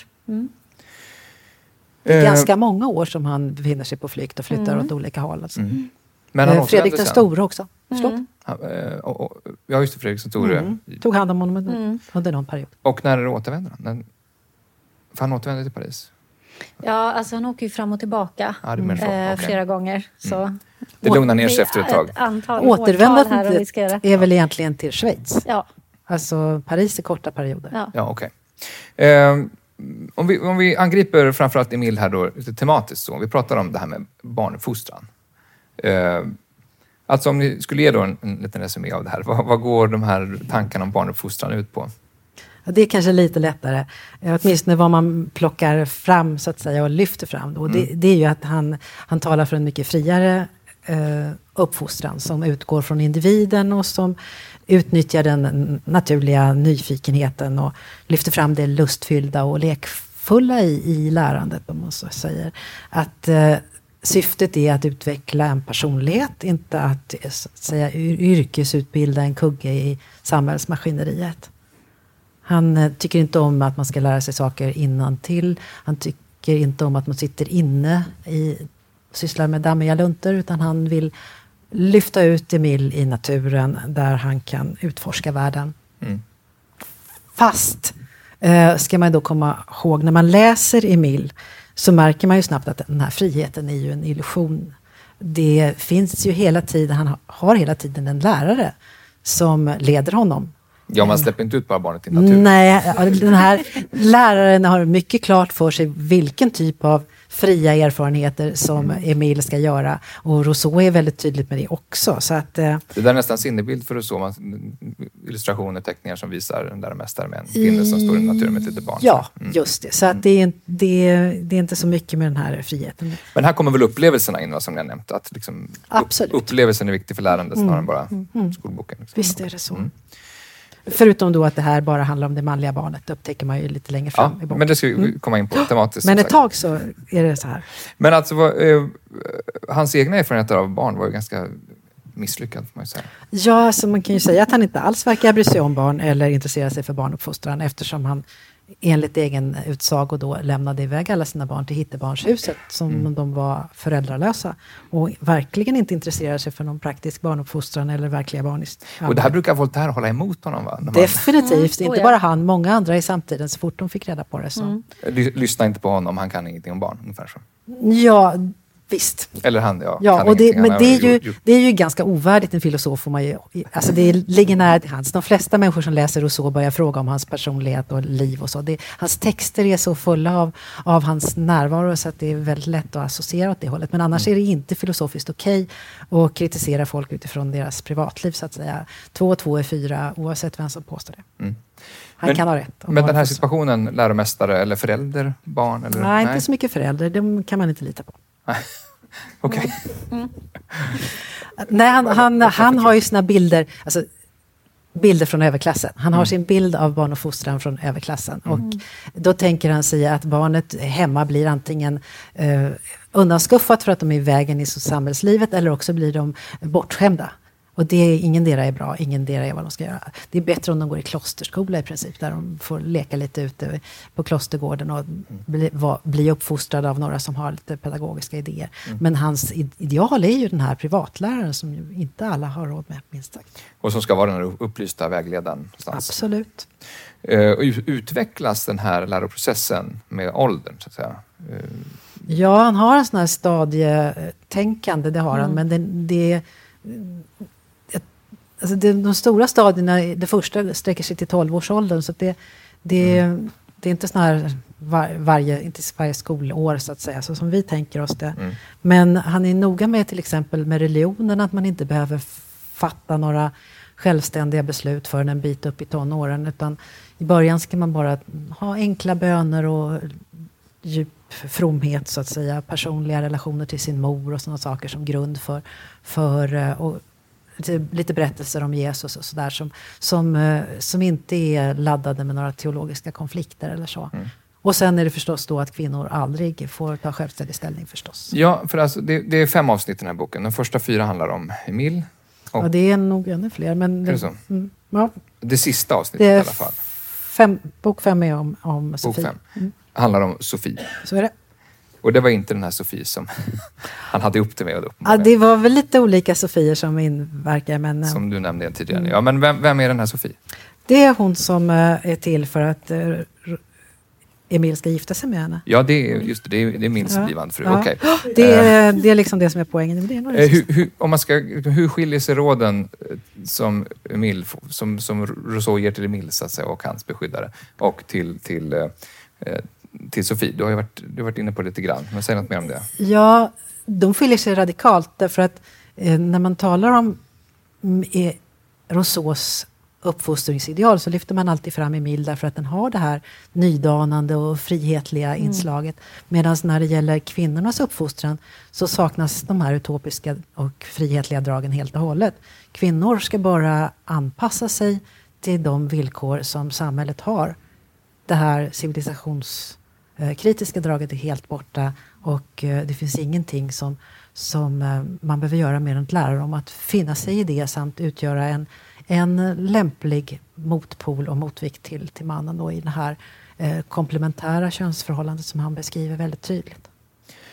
Det är ganska många år som han befinner sig på flykt och flyttar åt olika håll. Alltså. Men han Fredrik den store också. Ja, just det, Fredrik den store. Tog hand om honom under någon period. Och när återvänder han? För han återvänder till Paris? Ja, alltså han åker ju fram och tillbaka flera gånger. Så. Det lugnar ner sig efter ett tag. Återvändandet är väl egentligen till Schweiz? Ja. Alltså Paris är korta perioder. Ja, okej. Om vi angriper framförallt Emile här då, lite tematiskt så. Vi pratar om det här med barnuppfostran. Alltså om ni skulle ge då en liten resumé av det här. Vad går de här tankarna om barnuppfostran ut på? Ja, det är kanske lite lättare. Åtminstone vad man plockar fram, så att säga, och lyfter fram. Och det är ju att han talar för en mycket friare uppfostran som utgår från individen och som utnyttjar den naturliga nyfikenheten och lyfter fram det lustfyllda och lekfulla i lärandet, om man så säger. Att syftet är att utveckla en personlighet, inte att, så att säga, yrkesutbilda en kugge i samhällsmaskineriet. Han tycker inte om att man ska lära sig saker innantill. Han tycker inte om att man sitter inne sysslar med dammiga lunter, utan han vill lyfta ut Emile i naturen där han kan utforska världen. Fast ska man då komma ihåg, när man läser Emile så märker man ju snabbt att den här friheten är ju en illusion. Det finns ju hela tiden, han har hela tiden en lärare som leder honom. Ja, man släpper inte ut bara barnet i naturen. Nej, den här läraren har mycket klart för sig vilken typ av fria erfarenheter som Emile ska göra. Och Rousseau är väldigt tydligt med det också. Så att, det där är nästan sinnebild för Rousseau. Illustrationer, teckningar som visar den där mästaren med en kvinna som står i naturen med ett litet barn. Ja, just det. Så att det är inte så mycket med den här friheten. Men här kommer väl upplevelserna in, som jag nämnt. Att liksom absolut. Upplevelsen är viktig för lärandet snarare än bara skolboken. Liksom. Visst är det så. Förutom då att det här bara handlar om det manliga barnet. Det upptäcker man ju lite längre fram i boken. Men det ska vi komma in på tematiskt. Men ett tag så är det så här. Men alltså, hans egna erfarenheter av barn var ju ganska misslyckad, får man ju säga. Ja, alltså man kan ju säga att han inte alls verkar bry sig om barn eller intressera sig för barnuppfostran, eftersom han enligt egen utsago då lämnade iväg alla sina barn till Hittebarnshuset som de var föräldralösa och verkligen inte intresserade sig för någon praktisk barnuppfostran eller verkliga barn. Och det här brukar Voltaire hålla emot honom, va? Definitivt, inte bara han, många andra i samtiden, så fort de fick reda på det. Så. Lyssna inte på honom, han kan ingenting om barn, ungefär så. Ja, visst. Eller han, ja, och men det är ju ganska ovärdigt en filosof. Får man ju, alltså det ligger nära till hands. De flesta människor som läser Rousseau börjar fråga om hans personlighet och liv och så. Hans texter är så fulla av hans närvaro så att det är väldigt lätt att associera åt det hållet. Men annars är det inte filosofiskt okej att kritisera folk utifrån deras privatliv, så att säga. 2 och 2 är 4, oavsett vem som påstår det. Han kan ha rätt. Men den här situationen, läromästare eller förälder, barn? Eller? Nej, inte så mycket förälder. De kan man inte lita på. Okej. Nej, han har ju sina bilder, alltså bilder från överklassen. Han har sin bild av barn och fostran från överklassen. Och då tänker han sig att barnet hemma blir antingen undanskuffat för att de är i vägen i samhällslivet, eller också blir de bortskämda. Och det är, ingen dera är bra, ingen dera är vad de ska göra. Det är bättre om de går i klosterskola i princip, där de får leka lite ute på klostergården och bli uppfostrade av några som har lite pedagogiska idéer. Men hans ideal är ju den här privatläraren som ju inte alla har råd med, minst sagt. Och som ska vara den upplysta vägledaren någonstans. Absolut. Och utvecklas den här läroprocessen med åldern, så att säga? Ja, han har en sån här stadietänkande, det har han, men alltså de stora stadierna, det första sträcker sig till 12-årsåldern, så att det är inte sån här inte varje skolår, så att säga, så som vi tänker oss det. Men han är noga med, till exempel med religionen, att man inte behöver fatta några självständiga beslut förrän en bit upp i tonåren, utan i början ska man bara ha enkla böner och djup fromhet, så att säga, personliga relationer till sin mor och sådana saker som grund för och lite berättelser om Jesus och sådär som inte är laddade med några teologiska konflikter eller så. Och sen är det förstås då att kvinnor aldrig får ta självständig ställning, förstås. Ja, för alltså, det är 5 avsnitt i den här boken. Den första 4 handlar om Emile. Ja, det är nog ännu fler. Men är det så? Ja. Det sista avsnittet i alla fall. Bok 5 är om Sofie. Bok 5 handlar om Sofie. Så är det. Och det var inte den här Sofie som han hade upp det med. Ja, det var väl lite olika Sofier som inverkar. Men, som du nämnde tidigare. Ja, men vem är den här Sofie? Det är hon som är till för att Emil ska gifta sig med henne. Ja, det är Emils blivande fru. Ja. Okay. Det är liksom det som är poängen. Det är hur skiljer sig råden som Emil, som Rousseau ger till Emil, så att säga, och hans beskyddare, och till Sofie? Du har varit inne på det lite grann, men säg något mer om det. Ja, de skiljer sig radikalt, därför att när man talar om Rousseaus uppfostringsideal så lyfter man alltid fram Emile, därför att den har det här nydanande och frihetliga inslaget. Medan när det gäller kvinnornas uppfostran så saknas de här utopiska och frihetliga dragen helt och hållet. Kvinnor ska bara anpassa sig till de villkor som samhället har. Det här civilisationskritiska draget är helt borta, och det finns ingenting som man behöver göra mer än att lära dem att finna sig i det, samt utgöra en lämplig motpol och motvikt till mannen då, i det här komplementära könsförhållandet som han beskriver väldigt tydligt.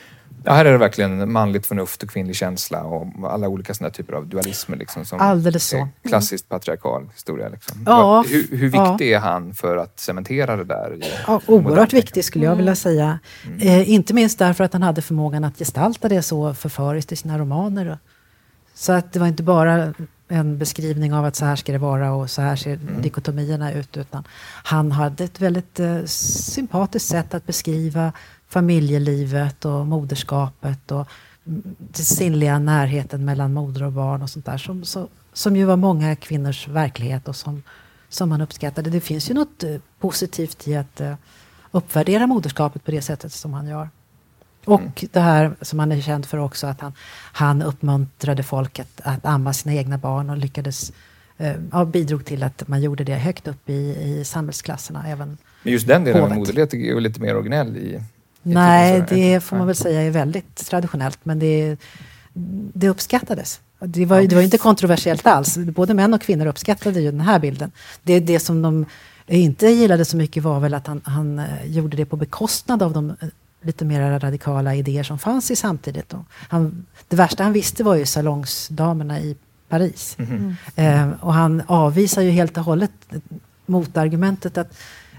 Ja, här är det verkligen manligt förnuft och kvinnlig känsla och alla olika sådana typer av dualismer. Liksom, som alldeles så. Klassiskt patriarkal historia. Liksom. Ja, hur viktig är han för att cementera det där? Oerhört viktig skulle jag vilja säga. Inte minst därför att han hade förmågan att gestalta det så förföriskt i sina romaner. Så att det var inte bara en beskrivning av att så här ska det vara och så här ser dikotomierna ut, utan han hade ett väldigt sympatiskt sätt att beskriva familjelivet och moderskapet och den sinnliga närheten mellan moder och barn och sånt där som ju var många kvinnors verklighet och som man uppskattade. Det finns ju något positivt i att uppvärdera moderskapet på det sättet som han gör. Och det här som han är känd för också, att han uppmuntrade folk att amma sina egna barn och lyckades bidrog till att man gjorde det högt upp i samhällsklasserna. Även men just den delen av moderlighet är ju lite mer originell i nej, det får man väl säga är väldigt traditionellt, men det uppskattades. Det var inte kontroversiellt alls. Både män och kvinnor uppskattade ju den här bilden. Det som de inte gillade så mycket var väl att han gjorde det på bekostnad av de lite mer radikala idéer som fanns i samtidigt. Det värsta han visste var ju salongsdamerna i Paris. Och han avvisar ju helt och hållet motargumentet att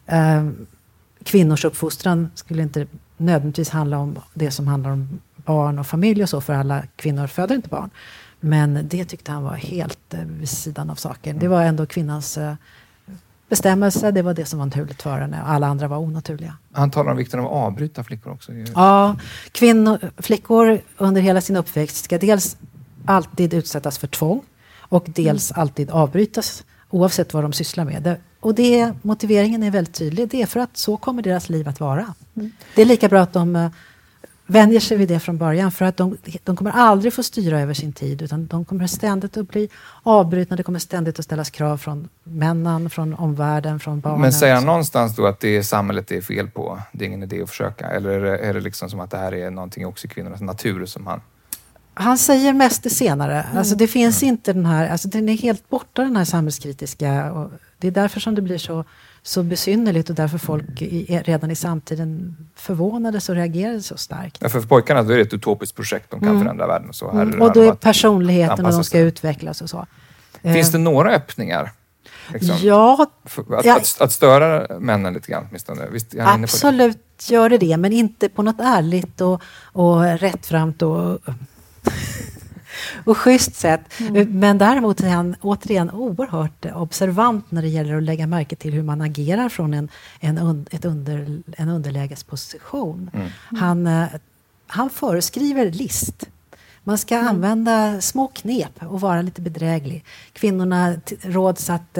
kvinnors uppfostran skulle inte nödvändigtvis handla om det som handlar om barn och familj och så, för alla kvinnor föder inte barn. Men det tyckte han var helt vid sidan av saken. Det var ändå kvinnans bestämmelse, det var det som var naturligt för henne och alla andra var onaturliga. Han talar om vikten av att avbryta flickor också. Ja, flickor under hela sin uppväxt ska dels alltid utsättas för tvång och dels alltid avbrytas oavsett vad de sysslar med. Och motiveringen är väldigt tydlig. Det är för att så kommer deras liv att vara. Det är lika bra att de vänjer sig vid det från början, för att de kommer aldrig få styra över sin tid, utan de kommer ständigt att bli avbrutna. Det kommer ständigt att ställas krav från männen, från omvärlden, från barnen. Men säger han någonstans då att det är samhället det är fel på? Det är ingen idé att försöka? Eller är det liksom som att det här är någonting också i kvinnornas natur som han säger mest det senare. Alltså det finns inte den här, alltså den är helt borta, den här samhällskritiska, och det är därför som det blir så besynnerligt och därför folk redan i samtiden förvånades och reagerade så starkt. Ja, för pojkarna då är det ett utopiskt projekt, de kan förändra världen. Och så. Och då är personligheten och de ska utvecklas och så. Finns det några öppningar? Liksom, ja. Att störa männen lite grann åtminstone? Visst, absolut gör det, men inte på något ärligt och rättframt och schysst sätt. Men däremot är han återigen oerhört observant när det gäller att lägga märke till hur man agerar från en underlägesposition. Han föreskriver list. Man ska använda små knep och vara lite bedräglig. Kvinnorna råds att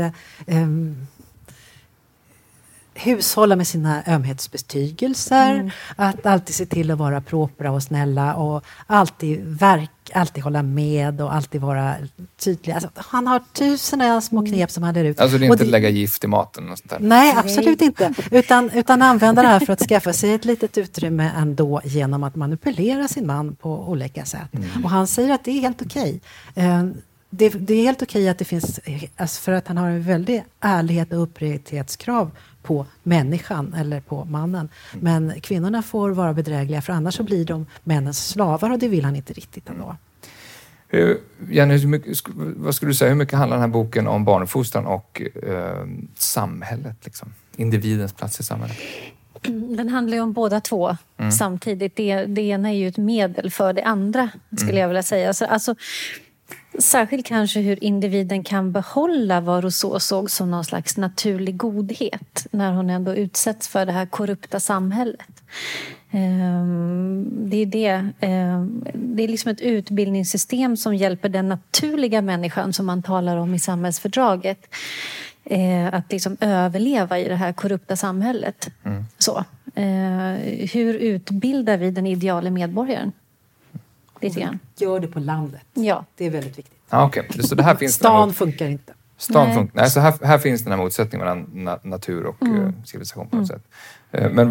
hushålla med sina ömhetsbetygelser, att alltid se till att vara propra och snälla och alltid hålla med och alltid vara tydlig. Alltså, han har tusen små knep som han lär ut. Alltså det är inte att lägga gift i maten och sånt där? Nej, absolut inte. Utan använda det här för att skaffa sig ett litet utrymme ändå genom att manipulera sin man på olika sätt. Och han säger att det är helt okej. Det är helt okej att det finns, alltså för att han har en väldig ärlighet och uppriktighetskrav på människan eller på mannen. Men kvinnorna får vara bedrägliga, för annars så blir de männens slavar, och det vill han inte riktigt ändå. Jenny, vad skulle du säga, hur mycket handlar den här boken om barnuppfostran och samhället? Liksom? Individens plats i samhället? Den handlar ju om båda två samtidigt. Det ena är ju ett medel för det andra, skulle jag vilja säga. Alltså, särskilt kanske hur individen kan behålla vad Rousseau såg som någon slags naturlig godhet när hon ändå utsätts för det här korrupta samhället. Det är liksom ett utbildningssystem som hjälper den naturliga människan som man talar om i samhällsfördraget att liksom överleva i det här korrupta samhället. Så. Hur utbildar vi den ideala medborgaren? Gör det på landet. Ja. Det är väldigt viktigt. Okay. Så det här finns Stan funkar inte. Nej, så här finns den här motsättningen mellan natur och civilisation på något sätt. Men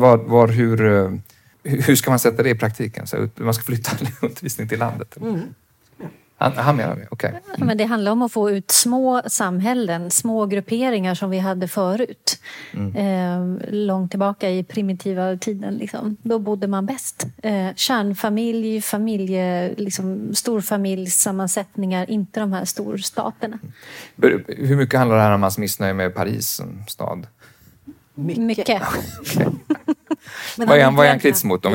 hur ska man sätta det i praktiken? Så man ska flytta undervisning till landet? Han menar det, okej. Ja, men det handlar om att få ut små samhällen, små grupperingar som vi hade förut. Långt tillbaka i primitiva tiden. Liksom. Då bodde man bäst. Kärnfamilj, storfamiljssammansättningar, inte de här storstaterna. Hur mycket handlar det här om hans missnöje med Paris som stad? Mycket. Vad är han kritisk mot?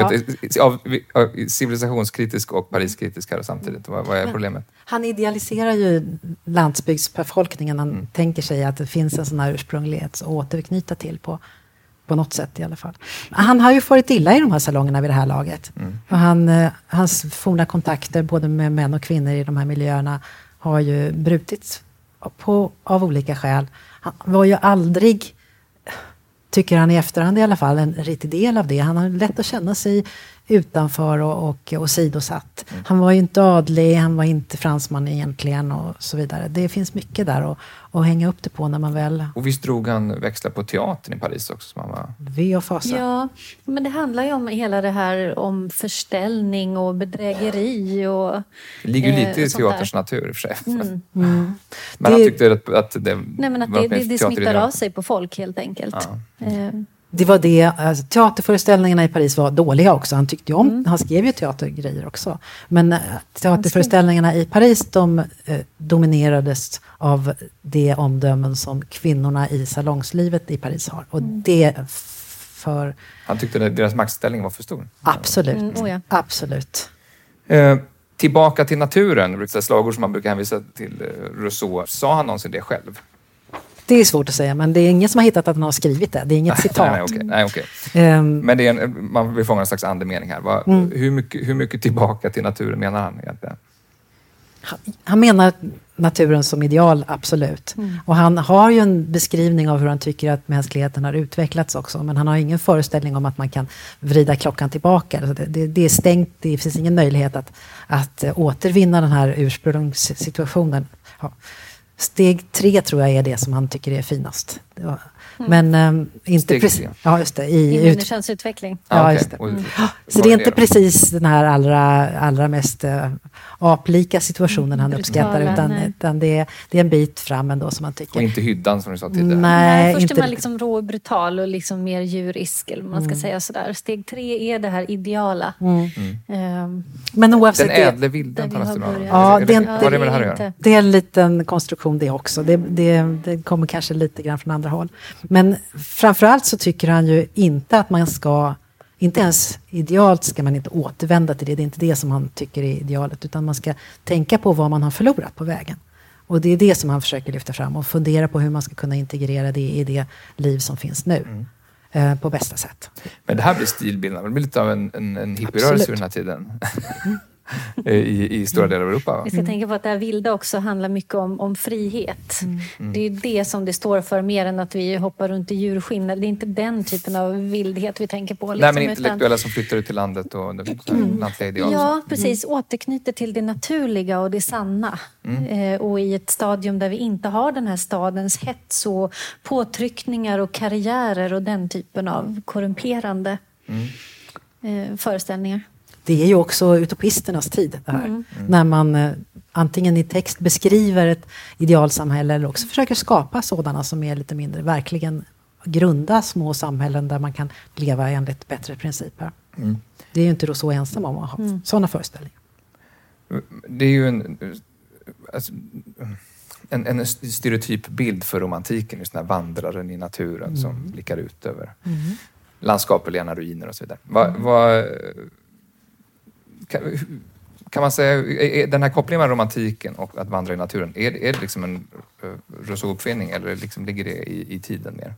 Civilisationskritisk och Pariskritisk här samtidigt. Vad är problemet? Han idealiserar ju landsbygdsbefolkningen. Han tänker sig att det finns en sån här ursprunglighet att återknyta till på något sätt i alla fall. Han har ju farit illa i de här salongerna vid det här laget. Och hans forna kontakter både med män och kvinnor i de här miljöerna har ju brutits av olika skäl. Han var ju aldrig, tycker han i efterhand i alla fall, en riktig del av det. Han har lätt att känna sig utanför och sidosatt. Han var ju inte adlig, han var inte fransman egentligen och så vidare. Det finns mycket där att hänga upp det på när man väl... Och visst drog han växla på teatern i Paris också? Som han var... Ve och fasa. Ja, men det handlar ju om hela det här om förställning och bedrägeri och... Det ligger ju lite i teaterns natur i och för sig. Men Det- han tyckte att det Nej, men att var det smittar teaterideal. av sig på folk helt enkelt. Det var det, alltså, teaterföreställningarna i Paris var dåliga också. Han tyckte ju om, han skrev ju teatergrejer också. Men teaterföreställningarna i Paris, de dominerades av det omdömen som kvinnorna i salongslivet i Paris har. Och det för... Han tyckte att deras maktställning var för stor. Absolut. Ja. Absolut. Tillbaka till naturen, slagord som man brukar hänvisa till Rousseau. Sa han någonsin det själv? Det är svårt att säga, men det är ingen som har hittat att han har skrivit det. Det är inget citat. Nej, okej. Men det är man vill fånga en slags andemening här. Hur mycket tillbaka till naturen menar han egentligen? Han menar naturen som ideal, absolut. Och han har ju en beskrivning av hur han tycker att mänskligheten har utvecklats också. Men han har ingen föreställning om att man kan vrida klockan tillbaka. Det är stängt, det finns ingen möjlighet att återvinna den här ursprungssituationen. Ja. Steg 3 tror jag är det som han tycker är finast. Men inte precis. Ja, just det. I människans utveckling. Ja, just det. Så det är inte precis den här allra mest aplika situationen han uppskattar, utan det är en bit fram ändå som man tycker. Och inte hyddan som du sa tidigare. Nej, först är man liksom rå och brutal och liksom mer djurisk, eller man ska säga sådär. Steg 3 är det här ideala. Men oavsett den ädle vilden talas det om. Ja, det med det här att göra? Det är en liten konstruktion det också. Det kommer kanske lite grann från andra håll. Men framförallt så tycker han ju inte att man ska, inte ens idealt ska man inte återvända till det. Det är inte det som han tycker är idealet, utan man ska tänka på vad man har förlorat på vägen. Och det är det som han försöker lyfta fram och fundera på hur man ska kunna integrera det i det liv som finns nu. På bästa sätt. Men det här blir stilbildande. Det blir lite av en hippierörelse ur den här tiden. I stora delar av Europa. Vi ska tänka på att det här vilda också handlar mycket om frihet. Det är det som det står för, mer än att vi hoppar runt i djurskinn. Det är inte den typen av vildhet vi tänker på. Nej, men intellektuella som flyttar ut till landet och lantliga ideal. Ja, precis. Återknyter till det naturliga och det sanna. Och i ett stadium där vi inte har den här stadens hets och påtryckningar och karriärer och den typen av korrumperande föreställningar. Det är ju också utopisternas tid det här. När man antingen i text beskriver ett idealsamhälle eller också försöker skapa sådana som är lite mindre, verkligen grunda små samhällen där man kan leva enligt bättre principer. Det är ju inte då så ensam om att ha sådana föreställningar. Det är ju en stereotyp bild för romantiken, just den här vandraren i naturen som blickar ut över landskap och lena ruiner och så vidare. Kan man säga, är den här kopplingen mellan romantiken och att vandra i naturen, är det liksom en Rousseau-uppfinning eller liksom ligger det i tiden mer?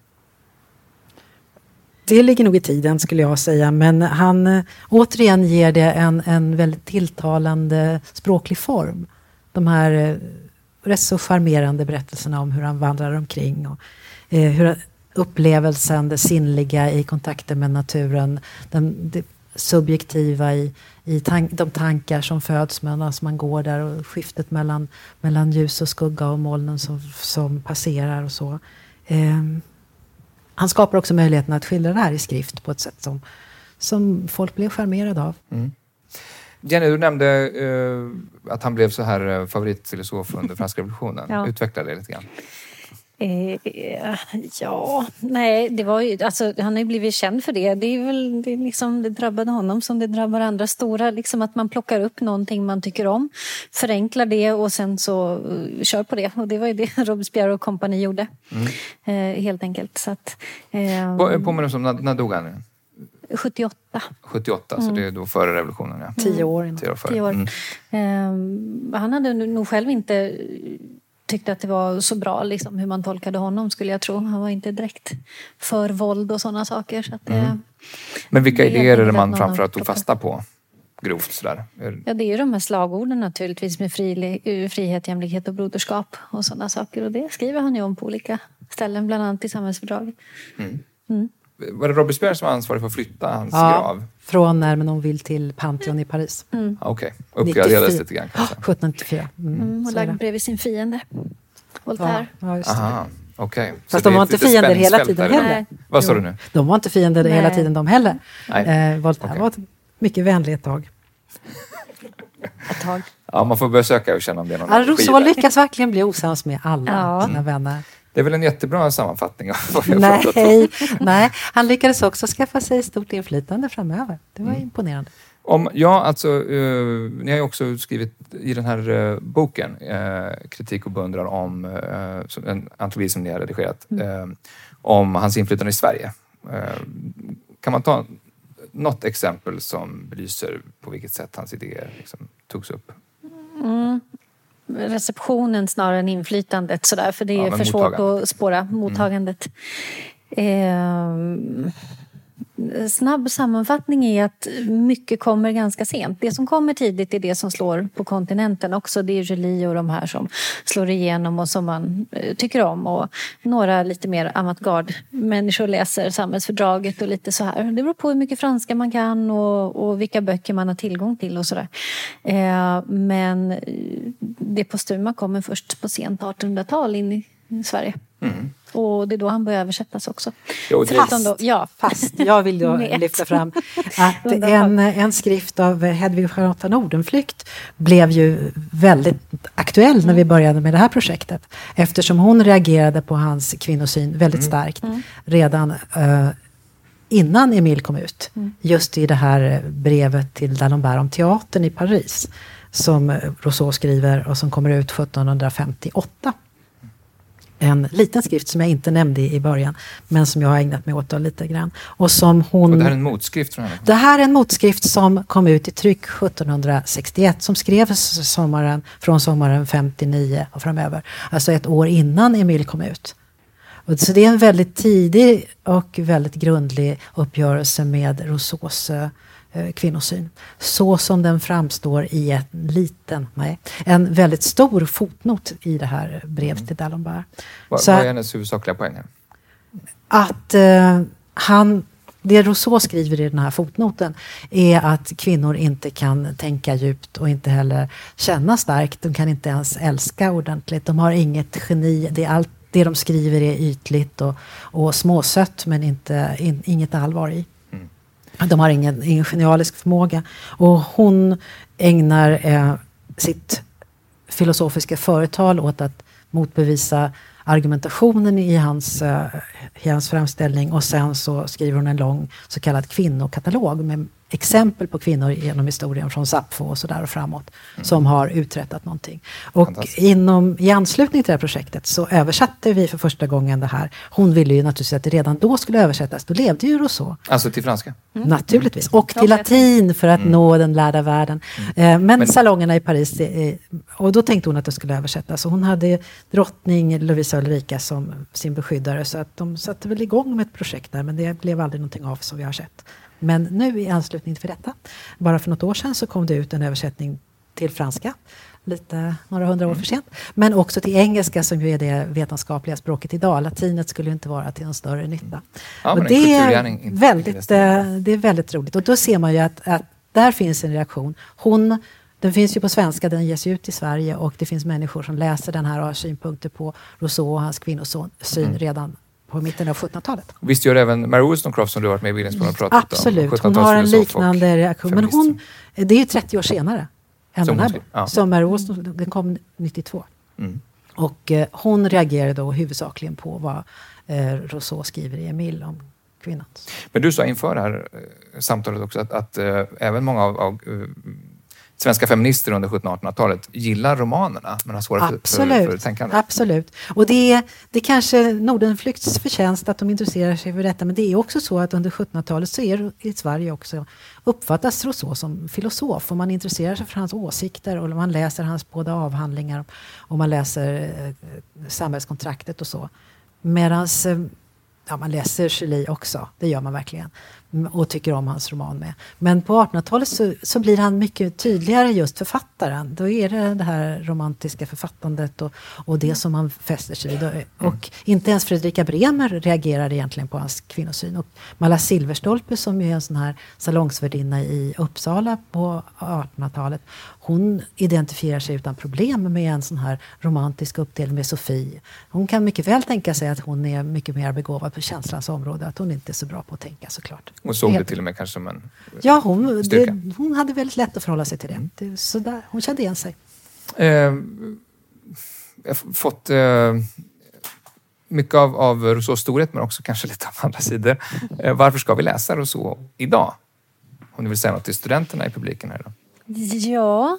Det ligger nog i tiden skulle jag säga, men han återigen ger det en väldigt tilltalande språklig form. De här rätt så charmerande berättelserna om hur han vandrar omkring och hur upplevelsen, det sinnliga i kontakten med naturen, det subjektiva i de tankar som föds medan man går där och skiftet mellan ljus och skugga och molnen som passerar och så. Han skapar också möjligheten att skildra det här i skrift på ett sätt som folk blev charmerade av. Jenny, du nämnde att han blev så här favoritfilosof under franska revolutionen. Ja. Utveckla det lite grann. Det var ju, alltså, han har ju blivit känd för det. Det är väl det drabbade honom som det drabbar andra stora. Liksom att man plockar upp någonting man tycker om, förenklar det och sen så kör på det. Och det var ju det Robespierre och kompani gjorde. Helt enkelt. Så att, påminner oss om, när dog han? 78. 78, så det är då före revolutionen. Ja. 10 år. 10 år. Han hade nog själv inte tyckte att det var så bra liksom, hur man tolkade honom, skulle jag tro. Han var inte direkt för våld och sådana saker. Så att Men vilka idéer är det man framförallt tog fasta på? Grovt sådär. Ja, det är ju de här slagorden naturligtvis med frihet, jämlikhet och broderskap och sådana saker. Och det skriver han ju om på olika ställen, bland annat i samhällsfördraget. Var det Robespierre som var ansvarig för att flytta hans grav? Från när man vill till Pantheon i Paris. Okej, uppgraderades lite grann kanske. 1794. Och lagd bredvid sin fiende, Voltaire. Ja, just det. Aha, okej. Fast de var inte fiender hela tiden heller. Vad sa du nu? De var inte fiender hela tiden de heller. Voltaire var mycket vänlig ett tag. Ja, man får börja söka och känna om det är någon Rousseau lyckas verkligen bli osams med alla sina vänner. Det är väl en jättebra sammanfattning av vad jag har pratat om. Nej, han lyckades också skaffa sig stort inflytande framöver. Det var imponerande. Ni har ju också skrivit i den här boken kritik och beundran om en antologi som ni har redigerat om hans inflytande i Sverige. Kan man ta något exempel som belyser på vilket sätt hans idéer liksom togs upp? Receptionen snarare än inflytandet sådär, för det är för svårt att spåra mottagandet. Snabb sammanfattning är att mycket kommer ganska sent. Det som kommer tidigt är det som slår på kontinenten också. Det är Joly och de här som slår igenom och som man tycker om. Och några lite mer avantgarde-människor läser samhällsfördraget och lite så här. Det beror på hur mycket franska man kan och vilka böcker man har tillgång till och sådär. Men det postuma kommer först på sent 1800-tal in i Sverige. Och det är då han börjar översättas också. Fast jag vill då lyfta fram att en skrift av Hedvig Charlotta Nordenflykt blev ju väldigt aktuell när vi började med det här projektet. Eftersom hon reagerade på hans kvinnosyn väldigt starkt redan innan Emile kom ut. Just i det här brevet till D'Alembert om teatern i Paris som Rousseau skriver och som kommer ut 1758. En liten skrift som jag inte nämnde i början, men som jag har ägnat mig åt då lite grann. Och som hon... Och det här är en motskrift från henne? Det här är en motskrift som kom ut i tryck 1761, som skrevs från sommaren 59 och framöver. Alltså ett år innan Emile kom ut. Och så det är en väldigt tidig och väldigt grundlig uppgörelse med Rousseaus kvinnosyn. Så som den framstår i en väldigt stor fotnot i det här brevet till D'Alembert. Vad är hennes huvudsakliga poäng här? Att det Rousseau skriver i den här fotnoten är att kvinnor inte kan tänka djupt och inte heller känna starkt. De kan inte ens älska ordentligt. De har inget geni. Det de skriver är ytligt och småsött, men inget allvar i. De har ingen genialisk förmåga. Och hon ägnar sitt filosofiska företal åt att motbevisa argumentationen i hans framställning. Och sen så skriver hon en lång så kallad kvinnokatalog med exempel på kvinnor genom historien från Sappho och så där och framåt som har uträttat någonting. Och i anslutning till det här projektet så översatte vi för första gången det här. Hon ville ju naturligtvis att det redan då skulle översättas. Då levde ju Rousseau. Alltså till franska? Naturligtvis. Och till latin för att nå den lärda världen. Men salongerna i Paris, och då tänkte hon att det skulle översättas. Och hon hade drottning Lovisa Ulrika som sin beskyddare. Så att de satte väl igång med ett projekt där. Men det blev aldrig någonting av som vi har sett. Men nu i anslutning till detta, bara för något år sedan så kom det ut en översättning till franska. Några hundra år för sent. Men också till engelska som ju är det vetenskapliga språket idag. Latinet skulle ju inte vara till någon större nytta. Ja, och det är väldigt roligt. Och då ser man ju att där finns en reaktion. Den finns ju på svenska, den ges ut i Sverige och det finns människor som läser den här och har synpunkter på Rousseau och hans kvinnosyn redan på mitten av 1700-talet. Visst gör även Mary Wollstonecraft, som du har varit med i Bildningspodden och pratat Absolut, om. hon har en liknande reaktion. Men det är ju 30 år senare än den här. Som Mary Wollstonecraft, den kom 92. Och hon reagerade då huvudsakligen på vad Rousseau skriver i Emile om kvinnan. Men du sa inför det här samtalet också att även många av svenska feminister under 1700-1800-talet gillar romanerna, men har svårare för tänkande. Absolut. Och det är kanske Nordenflykts förtjänst att de intresserar sig för detta, men det är också så att under 1700-talet så är i Sverige också uppfattas Rousseau som filosof, och man intresserar sig för hans åsikter och man läser hans båda avhandlingar och man läser samhällskontraktet och så. Medans man läser Shelley också, det gör man verkligen, och tycker om hans roman med. Men på 1800-talet så blir han mycket tydligare just författaren. Då är det här romantiska författandet och det som han fäster sig vid. Och inte ens Fredrika Bremer reagerar egentligen på hans kvinnosyn. Och Malla Silverstolpe, som är en sån här salongsvärdinna i Uppsala på 1800-talet, hon identifierar sig utan problem med en sån här romantisk uppdelning med Sofie. Hon kan mycket väl tänka sig att hon är mycket mer begåvad på känslans område, att hon inte är så bra på att tänka, såklart. Och såg det till och med kanske som en hon hade väldigt lätt att förhålla sig till det. Så där, hon kände igen sig. Jag har fått mycket av Rousseaus storhet, men också kanske lite av andra sidor. Varför ska vi läsa Rousseau idag? Om ni vill säga något till studenterna i publiken här idag. Ja,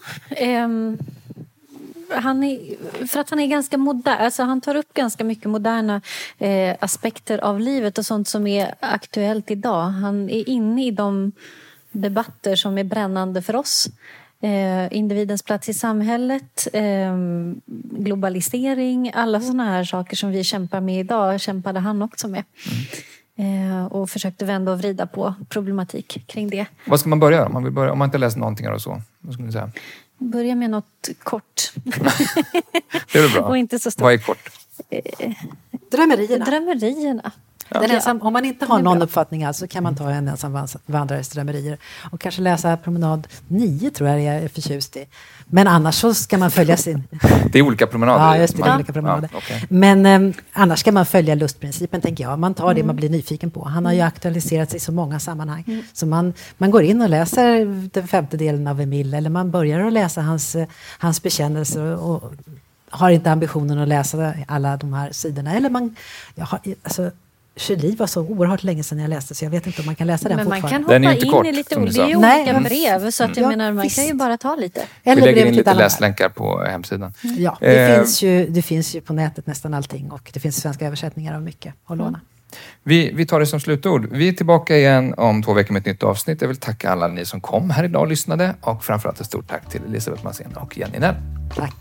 för att han är ganska modern, alltså han tar upp ganska mycket moderna aspekter av livet och sånt som är aktuellt idag. Han är inne i de debatter som är brännande för oss. Individens plats i samhället, globalisering, alla sådana här saker som vi kämpar med idag kämpade han också med. Och försökte vända och vrida på problematik kring det. Vad ska man börja om man inte läst någonting eller så? Vad skulle ni säga? Börja med något kort. Det är väl bra. Och inte så stort. Vad är kort? Drömmerierna. Om man inte har någon uppfattning alls, så kan man ta en ensam vandrares drömmerier och kanske läsa promenad 9, tror jag är förtjust i. Men annars så ska man följa sin... Det är olika promenader. Ja, just det. Ja. Olika promenader. Ja, okay. Men annars ska man följa lustprincipen, tänker jag. Man tar det man blir nyfiken på. Han har ju aktualiserat sig i så många sammanhang. Så man går in och läser den 5:e delen av Emile, eller man börjar att läsa hans bekännelser och har inte ambitionen att läsa alla de här sidorna. Eller Shelley var så oerhört länge sedan jag läste, så jag vet inte om man kan läsa den fortfarande. Men man kan hoppa in kort, i lite olika brev, så att jag menar, man kan ju bara ta lite. Vi lägger in lite läslänkar på hemsidan. Ja, det finns ju på nätet nästan allting, och det finns svenska översättningar av mycket att låna. Vi tar det som slutord. Vi är tillbaka igen om 2 veckor med ett nytt avsnitt. Jag vill tacka alla ni som kom här idag och lyssnade, och framförallt ett stort tack till Elisabeth Massén och Jenny Nell. Tack.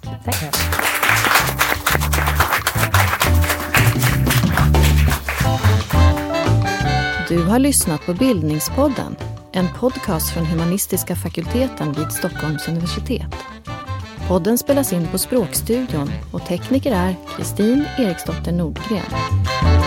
Du har lyssnat på Bildningspodden, en podcast från Humanistiska fakulteten vid Stockholms universitet. Podden spelas in på Språkstudion och tekniker är Kristin Eriksdotter Nordgren.